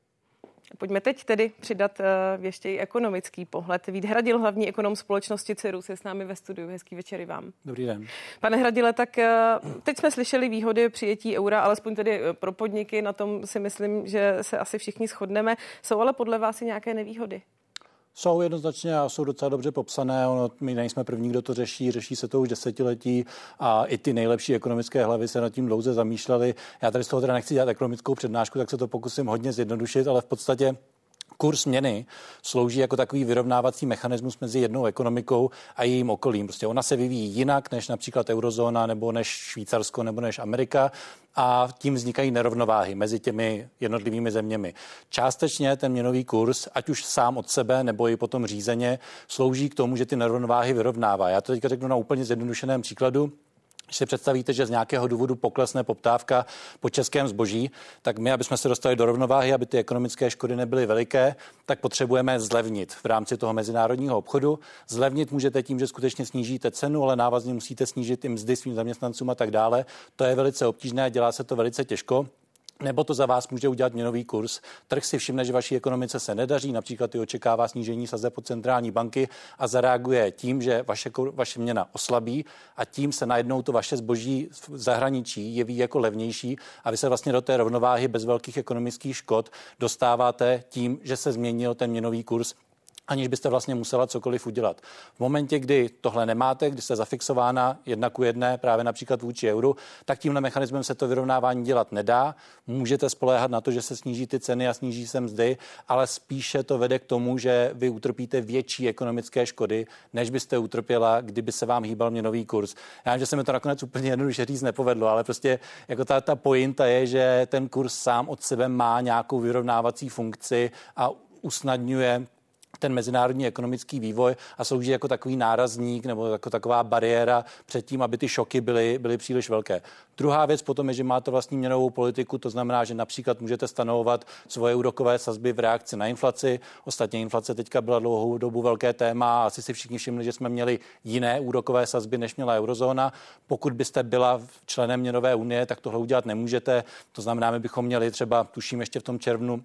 Pojďme teď tedy přidat ještě i ekonomický pohled. Vít Hradil, hlavní ekonom společnosti Cerus, je s námi ve studiu. Hezký večer i vám. Dobrý den. Pane Hradile, tak teď jsme slyšeli výhody přijetí eura, alespoň tedy pro podniky, na tom si myslím, že se asi všichni shodneme. Jsou ale podle vás i nějaké nevýhody? Jsou jednoznačně a jsou docela dobře popsané. My nejsme první, kdo to řeší se to už desetiletí a i ty nejlepší ekonomické hlavy se nad tím dlouze zamýšlely. Já tady z toho teda nechci dělat ekonomickou přednášku, tak se to pokusím hodně zjednodušit, ale v podstatě kurz měny slouží jako takový vyrovnávací mechanismus mezi jednou ekonomikou a jejím okolím. Prostě ona se vyvíjí jinak než například eurozóna nebo než Švýcarsko nebo než Amerika a tím vznikají nerovnováhy mezi těmi jednotlivými zeměmi. Částečně ten měnový kurz, ať už sám od sebe nebo i potom řízeně, slouží k tomu, že ty nerovnováhy vyrovnává. Já to teďka řeknu na úplně zjednodušeném příkladu. Když si představíte, že z nějakého důvodu poklesne poptávka po českém zboží, tak my, aby jsme se dostali do rovnováhy, aby ty ekonomické škody nebyly veliké, tak potřebujeme zlevnit v rámci toho mezinárodního obchodu. Zlevnit můžete tím, že skutečně snížíte cenu, ale návazně musíte snížit i mzdy svým zaměstnancům a tak dále. To je velice obtížné, dělá se to velice těžko. Nebo to za vás může udělat měnový kurz. Trh si všimne, že vaší ekonomice se nedaří, například i očekává snížení sazeb od centrální banky a zareaguje tím, že vaše měna oslabí a tím se najednou to vaše zboží v zahraničí jeví jako levnější a vy se vlastně do té rovnováhy bez velkých ekonomických škod dostáváte tím, že se změnil ten měnový kurz, aniž byste vlastně musela cokoliv udělat. V momentě, kdy tohle nemáte, kdy jste zafixována 1:1 právě například vůči euru, tak tímhle mechanismem se to vyrovnávání dělat nedá. Můžete spoléhat na to, že se sníží ty ceny a sníží se mzdy, ale spíše to vede k tomu, že vy utrpíte větší ekonomické škody, než byste utrpěla, kdyby se vám hýbal měnový kurz. Já vím, že se mi to nakonec úplně jednoduše říct nepovedlo, ale prostě jako ta pointa je, že ten kurz sám od sebe má nějakou vyrovnávací funkci a usnadňuje ten mezinárodní ekonomický vývoj a slouží jako takový nárazník nebo jako taková bariéra před tím, aby ty šoky byly příliš velké. Druhá věc potom je, že máte vlastní měnovou politiku, to znamená, že například můžete stanovovat svoje úrokové sazby v reakci na inflaci. Ostatně inflace teďka byla dlouhou dobu velké téma a asi si všichni všimli, že jsme měli jiné úrokové sazby, než měla eurozóna. Pokud byste byla členem měnové unie, tak tohle udělat nemůžete. To znamená, my bychom měli třeba, tuším ještě v tom červnu,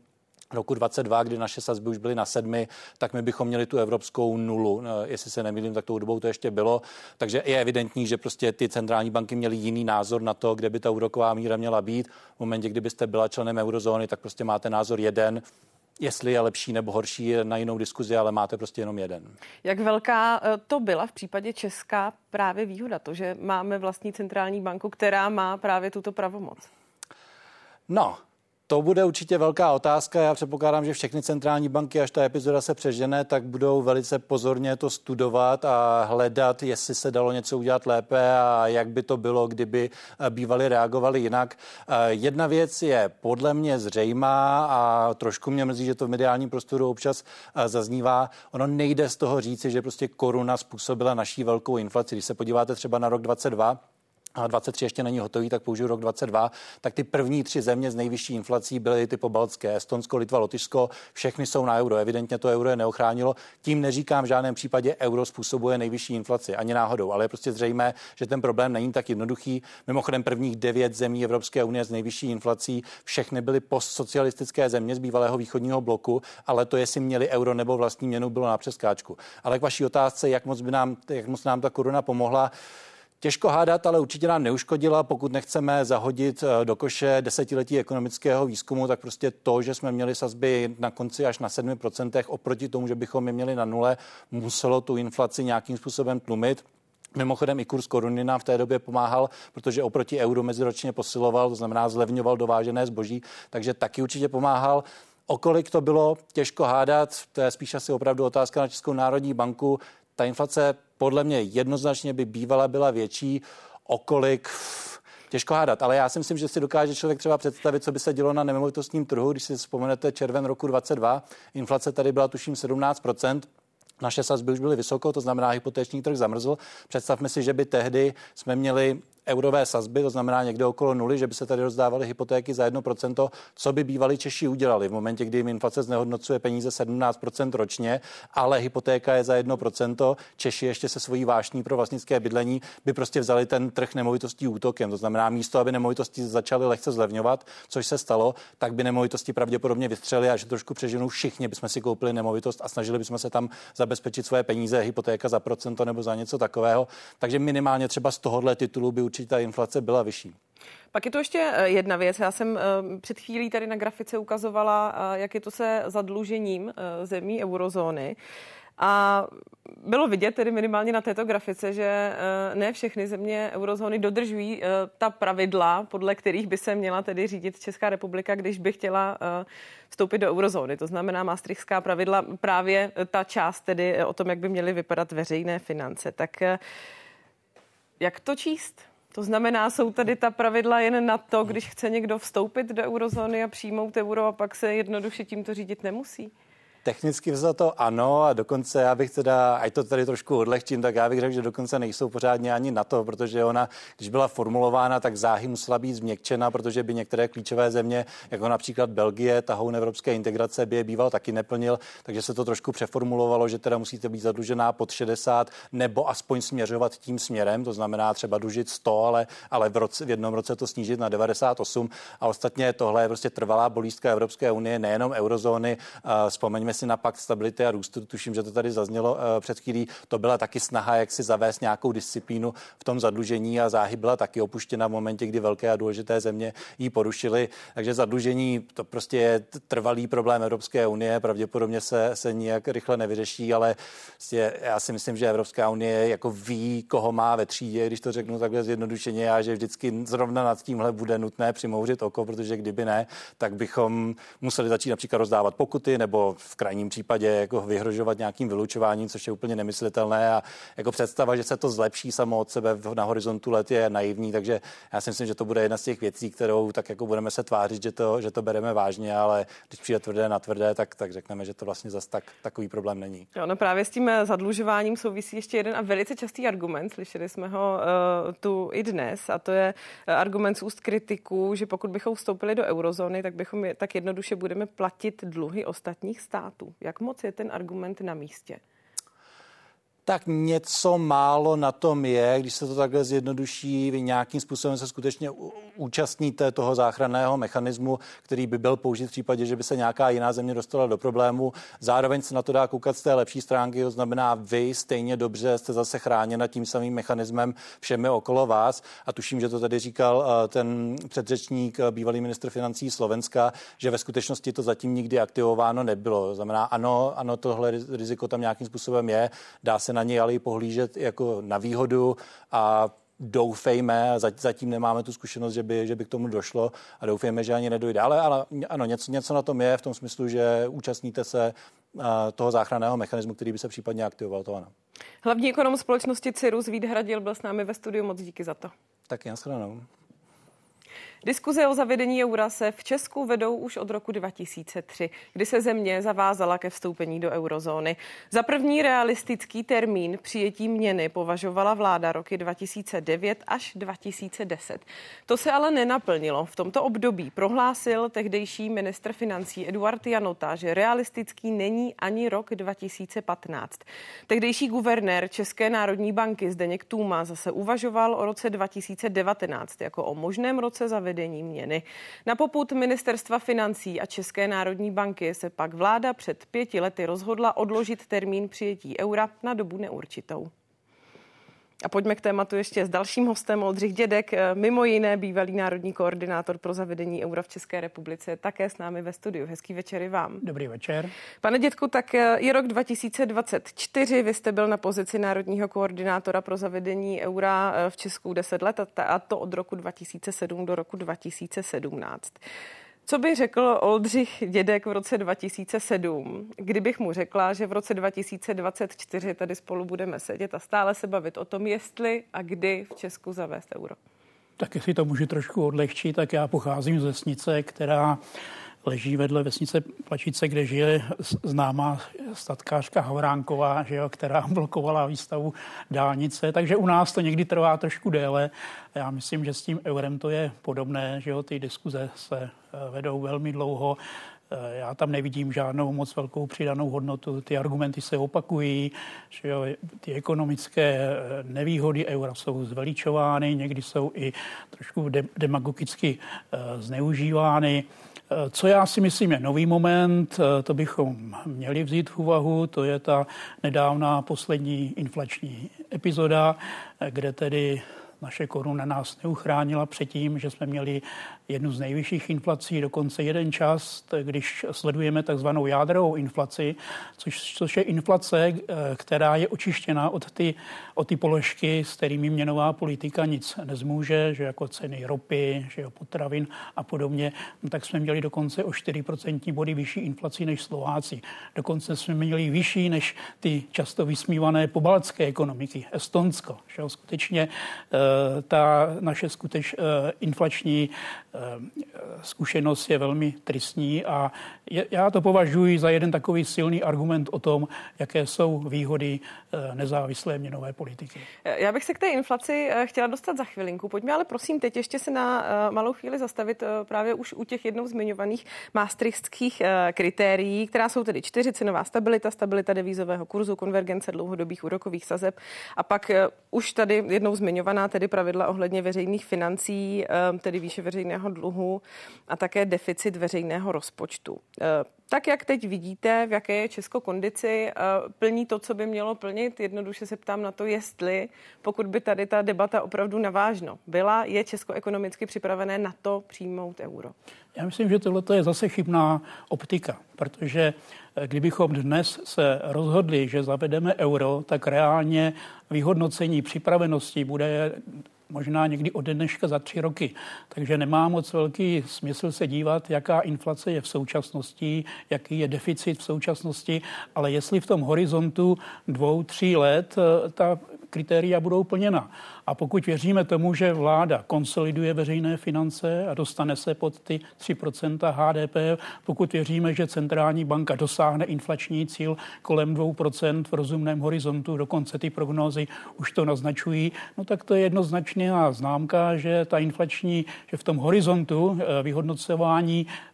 roku 2022, kdy naše sazby už byly na 7, tak my bychom měli tu evropskou 0. Jestli se nemýlím, tak tou dobou to ještě bylo. Takže je evidentní, že prostě ty centrální banky měly jiný názor na to, kde by ta úroková míra měla být. V momentě, kdybyste byla členem eurozóny, tak prostě máte názor jeden. Jestli je lepší nebo horší, je na jinou diskuzi, ale máte prostě jenom jeden. Jak velká to byla v případě Česka právě výhoda, to, že máme vlastní centrální banku, která má právě tuto pravomoc? No, to bude určitě velká otázka. Já předpokládám, že všechny centrální banky, až ta epizoda se přežene, tak budou velice pozorně to studovat a hledat, jestli se dalo něco udělat lépe a jak by to bylo, kdyby bývali reagovali jinak. Jedna věc je podle mě zřejmá a trošku mě mrzí, že to v mediálním prostoru občas zaznívá. Ono nejde z toho říci, že prostě koruna způsobila naší velkou inflaci. Když se podíváte třeba na rok 2022, a 23 ještě není hotový, tak použiju rok 2022, tak ty první 3 země s nejvyšší inflací byly ty pobaltské, Estonsko, Litva, Lotyšsko, všechny jsou na euro. Evidentně to euro je neochránilo. Tím neříkám v žádném případě euro způsobuje nejvyšší inflaci, ani náhodou, ale je prostě zřejmé, že ten problém není tak jednoduchý. Mimochodem prvních 9 zemí Evropské unie s nejvyšší inflací, všechny byly postsocialistické země z bývalého východního bloku, ale to, jestli měli euro nebo vlastní měnu, bylo na přeskáčku. Ale k vaší otázce, jak moc nám ta koruna pomohla, těžko hádat, ale určitě nám neuškodila. Pokud nechceme zahodit do koše desetiletí ekonomického výzkumu, tak prostě to, že jsme měli sazby na konci až na 7% oproti tomu, že bychom je měli na 0, muselo tu inflaci nějakým způsobem tlumit. Mimochodem i kurz koruny nám v té době pomáhal, protože oproti euru meziročně posiloval, to znamená zlevňoval dovážené zboží, takže taky určitě pomáhal. O kolik to bylo, těžko hádat, to je spíš asi opravdu otázka na Českou národní banku. Ta inflace podle mě jednoznačně by bývala byla větší, okolik těžko hádat, ale já si myslím, že si dokáže člověk třeba představit, co by se dělo na nemovitostním trhu, když si vzpomenete červen roku 2022, inflace tady byla tuším 17%, naše sazby už byly vysoko, to znamená hypoteční trh zamrzl. Představme si, že by tehdy jsme měli eurové sazby, to znamená někde okolo 0, že by se tady rozdávaly hypotéky za 1%, co by bývalí Češi udělali v momentě, kdy jim inflace znehodnocuje peníze 17% ročně, ale hypotéka je za 1%, Češi ještě se svojí vášní pro vlastnické bydlení by prostě vzali ten trh nemovitostí útokem, to znamená místo, aby nemovitosti začaly lehce zlevňovat, což se stalo, tak by nemovitosti pravděpodobně vystřelily a že trošku přeženu všichni bychom si koupili nemovitost a snažili bychom se tam zabezpečit svoje peníze, hypotéka za procento nebo za něco takového, takže minimálně třeba z tohohle titulu by určitě ta inflace byla vyšší. Pak je to ještě jedna věc. Já jsem před chvílí tady na grafice ukazovala, jak je to se zadlužením zemí eurozóny. A bylo vidět tedy minimálně na této grafice, že ne všechny země eurozóny dodržují ta pravidla, podle kterých by se měla tedy řídit Česká republika, když by chtěla vstoupit do eurozóny. To znamená maastrichtská pravidla, právě ta část tedy o tom, jak by měly vypadat veřejné finance. Tak jak to číst? To znamená, jsou tady ta pravidla jen na to, když chce někdo vstoupit do eurozóny a přijmout euro a pak se jednoduše tímto řídit nemusí? Technicky vzato ano a dokonce já bych teda, ať to tady trošku odlehčím, tak já bych řekl, že dokonce nejsou pořádně ani na to, protože ona, když byla formulována, tak záhy musela být změkčena, protože by některé klíčové země, jako například Belgie, tahoun evropské integrace by je býval taky neplnil, takže se to trošku přeformulovalo, že teda musíte být zadlužená pod 60 nebo aspoň směřovat tím směrem, to znamená třeba dlužit 100, ale v jednom roce to snížit na 98 a ostatně tohle je prostě trvalá bolístka Evropské unie, nejenom eurozóny. Vzpomeňme si na pakt stability a růstu, tuším, že to tady zaznělo před chvílí, to byla taky snaha, jak si zavést nějakou disciplínu v tom zadlužení a záhy byla taky opuštěna v momentě, kdy velké a důležité země ji porušily. Takže zadlužení to prostě je trvalý problém Evropské unie, pravděpodobně se nijak rychle nevyřeší, ale já si myslím, že Evropská unie jako ví, koho má ve třídě, když to řeknu takhle zjednodušeně, a že vždycky zrovna nad tímhle bude nutné přimouřit oko, protože kdyby ne, tak bychom museli začít například rozdávat pokuty nebo v krajním případě jako vyhrožovat nějakým vylučováním, což je úplně nemyslitelné a jako představa, že se to zlepší samo od sebe na horizontu let je naivní, takže já si myslím, že to bude jedna z těch věcí, kterou tak jako budeme se tvářit, že to bereme vážně, ale když přijde tvrdé na tvrdé, tak řekneme, že to vlastně zas takový problém není. No právě s tím zadlužováním souvisí ještě jeden a velice častý argument, slyšeli jsme ho tu i dnes, a to je argument z úst kritiků, že pokud bychom vstoupili do eurozóny, tak jednoduše budeme platit dluhy ostatních států. Jak moc je ten argument na místě? Tak něco málo na tom je, když se to takhle zjednoduší, vy nějakým způsobem se skutečně účastníte toho záchranného mechanismu, který by byl použit v případě, že by se nějaká jiná země dostala do problému. Zároveň se na to dá koukat z té lepší stránky, to znamená, vy stejně dobře jste zase chráněna tím samým mechanismem všemi okolo vás. A tuším, že to tady říkal ten předřečník, bývalý ministr financí Slovenska, že ve skutečnosti to zatím nikdy aktivováno nebylo. To znamená, ano, tohle riziko tam nějakým způsobem je, dá se na něj ale i pohlížet jako na výhodu a doufejme, zatím nemáme tu zkušenost, že by k tomu došlo a doufejme, že ani nedojde. Ale ano, něco na tom je v tom smyslu, že účastníte se toho záchranného mechanismu, který by se případně aktivoval, to ano. Hlavní ekonom společnosti Cyrus Vít Hradil byl s námi ve studiu, moc díky za to. Tak nashledanou. Diskuze o zavedení eura se v Česku vedou už od roku 2003, kdy se země zavázala ke vstoupení do eurozóny. Za první realistický termín přijetí měny považovala vláda roky 2009 až 2010. To se ale nenaplnilo. V tomto období prohlásil tehdejší ministr financí Eduard Janota, že realistický není ani rok 2015. Tehdejší guvernér České národní banky Zdeněk Tůma zase uvažoval o roce 2019 jako o možném roce zavedení měny. Na popud ministerstva financí a České národní banky se pak vláda před 5 lety rozhodla odložit termín přijetí eura na dobu neurčitou. A pojďme k tématu ještě s dalším hostem. Oldřich Dědek, mimo jiné bývalý národní koordinátor pro zavedení eura v České republice, také s námi ve studiu. Hezký večer i vám. Dobrý večer. Pane Dědku, tak je rok 2024. Vy jste byl na pozici národního koordinátora pro zavedení eura v Česku 10 let a to od roku 2007 do roku 2017. Co by řekl Oldřich Dědek v roce 2007, kdybych mu řekla, že v roce 2024 tady spolu budeme sedět a stále se bavit o tom, jestli a kdy v Česku zavést euro? Tak jestli to můžu trošku odlehčit, tak já pocházím z vesnice, která leží vedle vesnice Plačice, kde žije známá statkářka Havránková, že jo, která blokovala výstavu dálnice, takže u nás to někdy trvá trošku déle. Já myslím, že s tím eurem to je podobné, že jo, ty diskuze se vedou velmi dlouho. Já tam nevidím žádnou moc velkou přidanou hodnotu. Ty argumenty se opakují, že jo, ty ekonomické nevýhody eura jsou zveličovány, někdy jsou i trošku demagogicky zneužívány. Co já si myslím je nový moment, to bychom měli vzít v úvahu, to je ta nedávná poslední inflační epizoda, kde tedy naše koruna nás neuchránila před tím, že jsme měli jednu z nejvyšších inflací, dokonce jeden čas, když sledujeme takzvanou jádrovou inflaci, což je inflace, která je očištěna od ty položky, s kterými měnová politika nic nezmůže, že jako ceny ropy, že jo, potravin a podobně, tak jsme měli dokonce o 4% body vyšší inflaci než Slováci. Dokonce jsme měli vyšší než ty často vysmívané pobaltské ekonomiky, Estonsko. Že jo, skutečně ta naše inflační zkušenost je velmi tristní a já to považuji za jeden takový silný argument o tom, jaké jsou výhody nezávislé měnové politiky. Já bych se k té inflaci chtěla dostat za chvilinku. Pojďme ale prosím teď ještě se na malou chvíli zastavit právě už u těch jednou zmiňovaných maastrichtských kritérií, která jsou tedy 4: cenová stabilita, stabilita devízového kurzu, konvergence dlouhodobých úrokových sazeb a pak už tady jednou zmiňovaná tedy pravidla ohledně veřejných financí, tedy výše veřejného dluhu a také deficit veřejného rozpočtu. Tak, jak teď vidíte, v jaké je Česko kondici, plní to, co by mělo plnit? Jednoduše se ptám na to, jestli, pokud by tady ta debata opravdu navážno byla, je Česko ekonomicky připravené na to přijmout euro? Já myslím, že tohle je zase chybná optika, protože kdybychom dnes se rozhodli, že zavedeme euro, tak reálně vyhodnocení připravenosti bude možná někdy od dneška za 3 roky. Takže nemá moc velký smysl se dívat, jaká inflace je v současnosti, jaký je deficit v současnosti, ale jestli v tom horizontu 2-3 let ta kritéria budou plněna. A pokud věříme tomu, že vláda konsoliduje veřejné finance a dostane se pod ty 3% HDP, pokud věříme, že centrální banka dosáhne inflační cíl kolem 2% v rozumném horizontu, dokonce ty prognózy už to naznačují, no tak to je jednoznačná známka, že ta inflační, že v tom horizontu vyhodnocování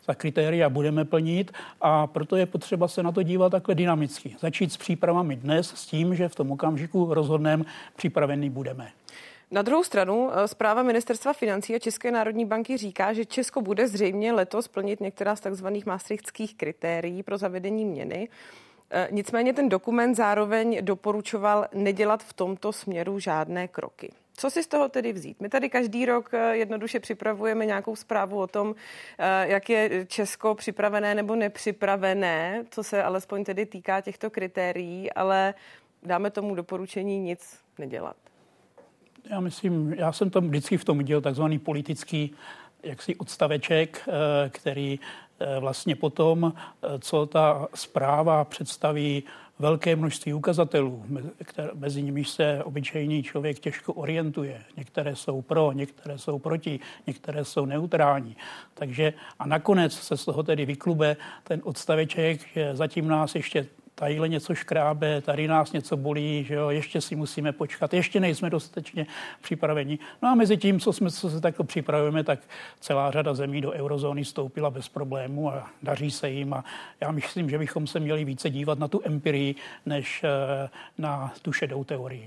za kritéria budeme plnit a proto je potřeba se na to dívat takhle dynamicky. Začít s přípravami dnes s tím, že v tom okamžiku rozhodném připravený budeme. Na druhou stranu zpráva Ministerstva financí a České národní banky říká, že Česko bude zřejmě letos plnit některá z takzvaných maastrichtských kritérií pro zavedení měny. Nicméně ten dokument zároveň doporučoval nedělat v tomto směru žádné kroky. Co si z toho tedy vzít? My tady každý rok jednoduše připravujeme nějakou zprávu o tom, jak je Česko připravené nebo nepřipravené, co se alespoň tedy týká těchto kritérií, ale dáme tomu doporučení nic nedělat. Já jsem tam vždycky v tom viděl takzvaný politický jaksi odstaveček, který vlastně potom, co ta zpráva představí velké množství ukazatelů, mezi nimiž se obyčejný člověk těžko orientuje. Některé jsou pro, některé jsou proti, některé jsou neutrální. Takže a nakonec se z toho tedy vyklube ten odstaveček, že zatím nás ještě tadyhle něco škrábe, tady nás něco bolí, že jo, ještě si musíme počkat, ještě nejsme dostatečně připraveni. No a mezi tím, co se takto připravujeme, tak celá řada zemí do eurozóny vstoupila bez problémů a daří se jim a já myslím, že bychom se měli více dívat na tu empirii, než na tu šedou teorii.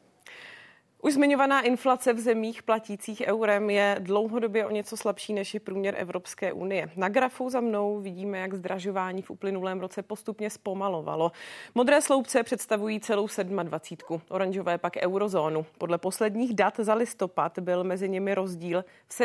Už zmiňovaná inflace v zemích platících eurem je dlouhodobě o něco slabší než je průměr Evropské unie. Na grafu za mnou vidíme, jak zdražování v uplynulém roce postupně zpomalovalo. Modré sloupce představují celou 27, oranžové pak eurozónu. Podle posledních dat za listopad byl mezi nimi rozdíl v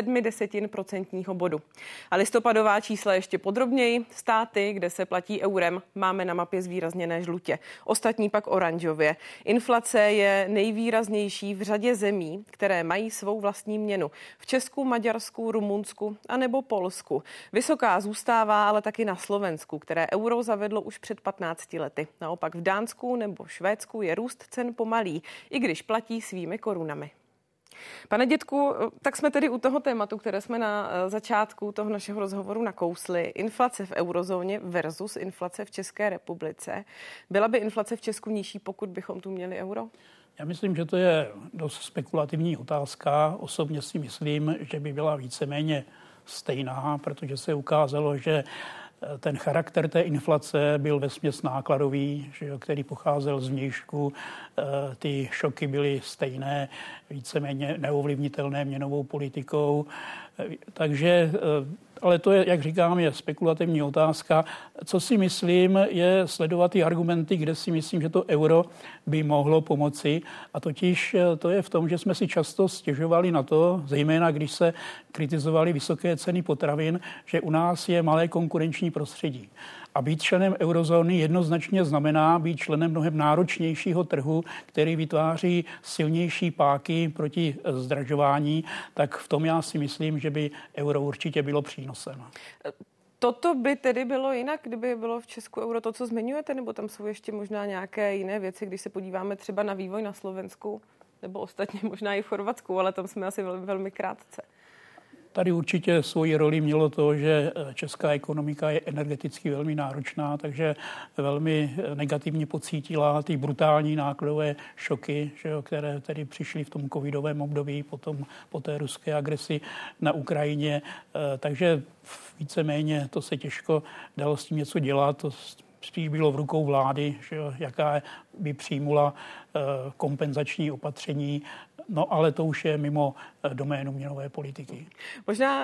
0,7% bodu. A listopadová čísla ještě podrobněji. Státy, kde se platí eurem, máme na mapě zvýrazněné žlutě. Ostatní pak oranžově. Inflace je nejvýraznější v řadě zemí, které mají svou vlastní měnu. V Česku, Maďarsku, Rumunsku a nebo Polsku. Vysoká zůstává ale taky na Slovensku, které euro zavedlo už před 15 lety. Naopak v Dánsku nebo Švédsku je růst cen pomalý, i když platí svými korunami. Pane Dětku, tak jsme tedy u toho tématu, které jsme na začátku toho našeho rozhovoru nakousli. Inflace v eurozóně versus inflace v České republice. Byla by inflace v Česku nižší, pokud bychom tu měli euro? Já myslím, že to je dost spekulativní otázka. Osobně si myslím, že by byla víceméně stejná, protože se ukázalo, že ten charakter té inflace byl vesměs nákladový, že, který pocházel z vnějšku. Ty šoky byly stejné, víceméně neovlivnitelné měnovou politikou. Takže, ale to je, jak říkám, je spekulativní otázka. Co si myslím, je sledovat ty argumenty, kde si myslím, že to euro by mohlo pomoci. A totiž to je v tom, že jsme si často stěžovali na to, zejména když se kritizovaly vysoké ceny potravin, že u nás je malé konkurenční prostředí. A být členem eurozóny jednoznačně znamená být členem mnohem náročnějšího trhu, který vytváří silnější páky proti zdražování, tak v tom já si myslím, že by euro určitě bylo přínosem. Toto by tedy bylo jinak, kdyby bylo v Česku euro to, co zmiňujete, nebo tam jsou ještě možná nějaké jiné věci, když se podíváme třeba na vývoj na Slovensku, nebo ostatně možná i v Chorvatsku, ale tam jsme asi velmi krátce. Tady určitě svoji roli mělo to, že česká ekonomika je energeticky velmi náročná, takže velmi negativně pocítila ty brutální nákladové šoky, že jo, které tedy přišly v tom covidovém období, potom po té ruské agresi na Ukrajině. Takže víceméně to se těžko dalo s tím něco dělat. To spíš bylo v rukou vlády, že jo, jaká by přijmula kompenzační opatření. No, ale to už je mimo doménu měnové politiky. Možná,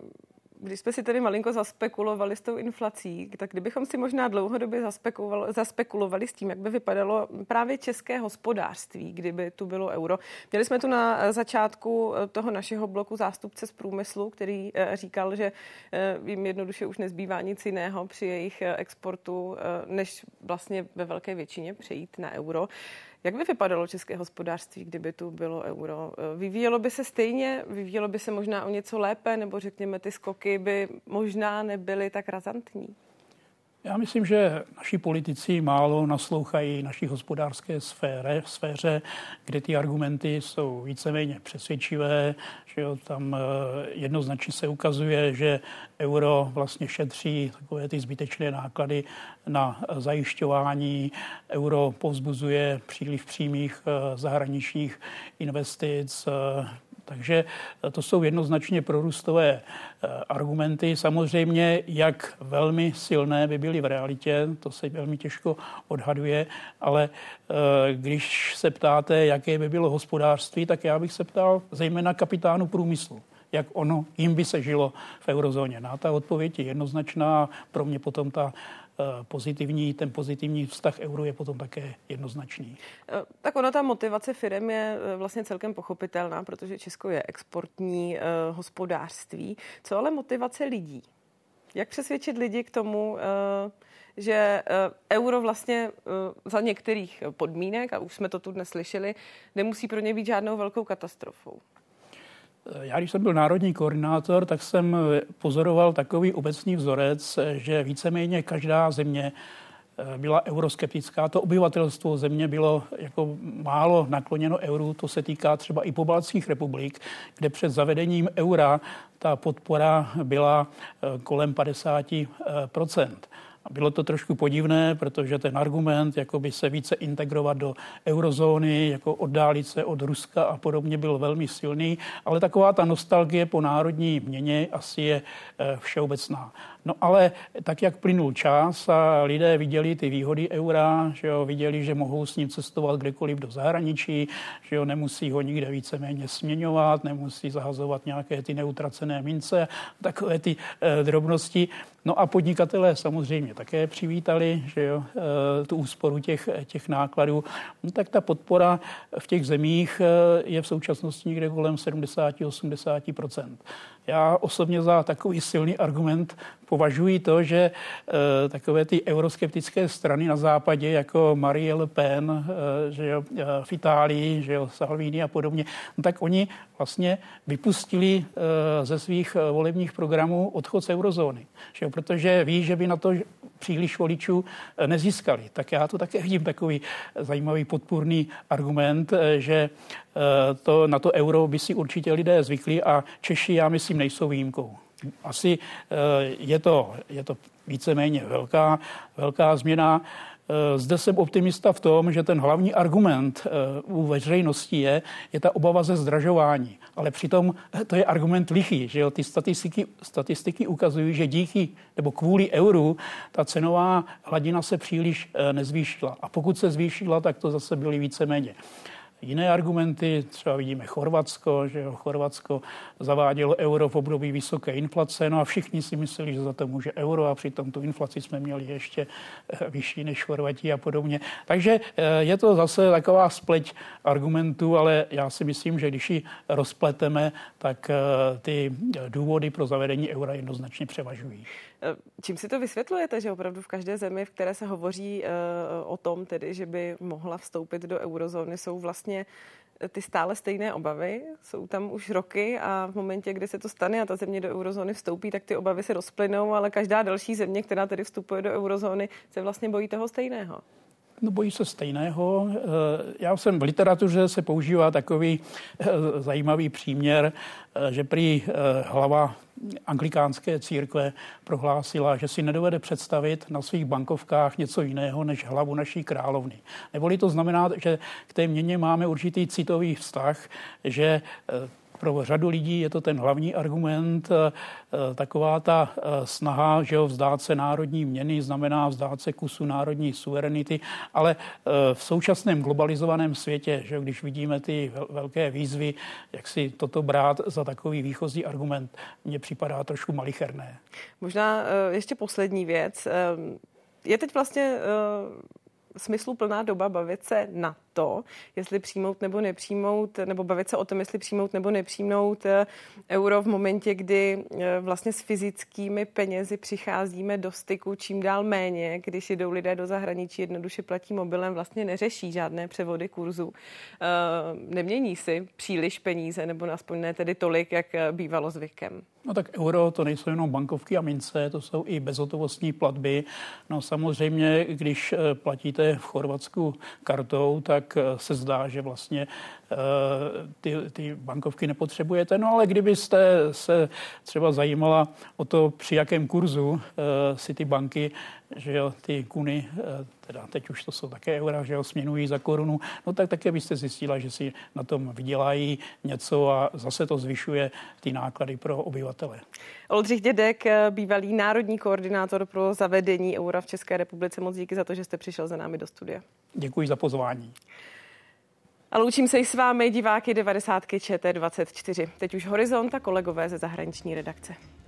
když jsme si tady malinko zaspekulovali s tou inflací, tak kdybychom si možná dlouhodobě zaspekulovali s tím, jak by vypadalo právě české hospodářství, kdyby tu bylo euro. Měli jsme tu na začátku toho našeho bloku zástupce z průmyslu, který říkal, že jim jednoduše už nezbývá nic jiného při jejich exportu, než vlastně ve velké většině přejít na euro. Jak by vypadalo české hospodářství, kdyby tu bylo euro? Vyvíjelo by se stejně? Vyvíjelo by se možná o něco lépe? Nebo řekněme, ty skoky by možná nebyly tak razantní? Já myslím, že naši politici málo naslouchají naší hospodářské sféře, kde ty argumenty jsou víceméně přesvědčivé, že jo, tam jednoznačně se ukazuje, že euro vlastně šetří takové ty zbytečné náklady na zajišťování. Euro povzbuzuje příliv přímých zahraničních investic. Takže to jsou jednoznačně prorůstové argumenty. Samozřejmě, jak velmi silné by byly v realitě, to se velmi těžko odhaduje, ale když se ptáte, jaké by bylo hospodářství, tak já bych se ptal zejména kapitánu průmyslu, jak jim by se žilo v eurozóně. No, ta odpověď je jednoznačná, pro mě potom ten pozitivní vztah euro je potom také jednoznačný. Tak ta motivace firem je vlastně celkem pochopitelná, protože Česko je exportní hospodářství. Co ale motivace lidí? Jak přesvědčit lidi k tomu, že euro vlastně za některých podmínek, a už jsme to tu dnes slyšeli, nemusí pro ně být žádnou velkou katastrofou? Já, když jsem byl národní koordinátor, tak jsem pozoroval takový obecný vzorec, že víceméně každá země byla euroskeptická. To obyvatelstvo země bylo jako málo nakloněno euru. To se týká třeba i pobaltských republik, kde před zavedením eura ta podpora byla kolem 50%. Bylo to trošku podivné, protože ten argument, jakoby se více integrovat do eurozóny, jako oddálit se od Ruska a podobně, byl velmi silný, ale taková ta nostalgie po národní měně asi je všeobecná. No ale tak, jak plynul čas a lidé viděli ty výhody eura, že jo, viděli, že mohou s ním cestovat kdekoliv do zahraničí, že jo, nemusí ho nikde víceméně směňovat, nemusí zahazovat nějaké ty neutracené mince, takové ty drobnosti. No a podnikatelé samozřejmě také přivítali, že jo, tu úsporu těch nákladů. No, tak ta podpora v těch zemích je v současnosti někde kolem 70-80%. Já osobně za takový silný argument považuji to, že takové ty euroskeptické strany na západě, jako Marie Le Pen, že jo, v Itálii, že jo, Salvini a podobně, no, tak oni vlastně vypustili ze svých volebních programů odchod z eurozóny. Že jo, protože ví, že by na to příliš voličů nezískali. Tak já to také vidím takový zajímavý podpůrný argument, že na to euro by si určitě lidé zvykli a Češi, já myslím, nejsou výjimkou. Asi je to víceméně velká změna. Zde jsem optimista v tom, že ten hlavní argument u veřejnosti je ta obava ze zdražování. Ale přitom to je argument lichý, že jo? Ty statistiky ukazují, že díky nebo kvůli euru ta cenová hladina se příliš nezvýšila. A pokud se zvýšila, tak to zase byly víceméně jiné argumenty, třeba vidíme Chorvatsko, že jo, Chorvatsko zavádělo euro v období vysoké inflace, no a všichni si mysleli, že za to může euro a přitom tu inflaci jsme měli ještě vyšší než Chorvatí a podobně. Takže je to zase taková spleť argumentů, ale já si myslím, že když ji rozpleteme, tak ty důvody pro zavedení eura jednoznačně převažují. Čím si to vysvětlujete, že opravdu v každé zemi, v které se hovoří o tom, tedy, že by mohla vstoupit do eurozóny, jsou vlastně ty stále stejné obavy, jsou tam už roky a v momentě, kdy se to stane a ta země do eurozóny vstoupí, tak ty obavy se rozplynou, ale každá další země, která tedy vstupuje do eurozóny, se vlastně bojí toho stejného. No, bojí se stejného. Já jsem v literatuře se používá takový zajímavý příměr, že prý hlava anglikánské církve prohlásila, že si nedovede představit na svých bankovkách něco jiného než hlavu naší královny. Neboli to znamená, že k té měně máme určitý citový vztah, že pro řadu lidí je to ten hlavní argument, taková ta snaha, že vzdát se národní měny, znamená vzdát se kusu národní suverenity, ale v současném globalizovaném světě, že když vidíme ty velké výzvy, jak si toto brát za takový výchozí argument, mně připadá trošku malicherné. Možná ještě poslední věc. Je teď vlastně smysluplná doba bavit se na to, jestli přijmout nebo nepřijmout, nebo bavit se o tom, jestli přijmout nebo nepřijmout euro v momentě, kdy vlastně s fyzickými penězi přicházíme do styku čím dál méně, když jdou lidé do zahraničí, jednoduše platí mobilem, vlastně neřeší žádné převody kurzu. Nemění si příliš peníze, nebo aspoň ne tedy tolik, jak bývalo zvykem. No tak euro to nejsou jenom bankovky a mince, to jsou i bezhotovostní platby. No samozřejmě, když platíte v Chorvatsku kartou, tak tak se zdá, že vlastně ty bankovky nepotřebujete. No ale kdybyste se třeba zajímala o to, při jakém kurzu si ty banky, že jo, ty kuny, teda teď už to jsou také eura, že jo, směnují za korunu, no tak také byste zjistila, že si na tom vydělají něco a zase to zvyšuje ty náklady pro obyvatele. Oldřich Dědek, bývalý národní koordinátor pro zavedení eura v České republice. Moc díky za to, že jste přišel za námi do studia. Děkuji za pozvání. A loučím se i s vámi, diváky 90 ČT24. Teď už Horizont a kolegové ze zahraniční redakce.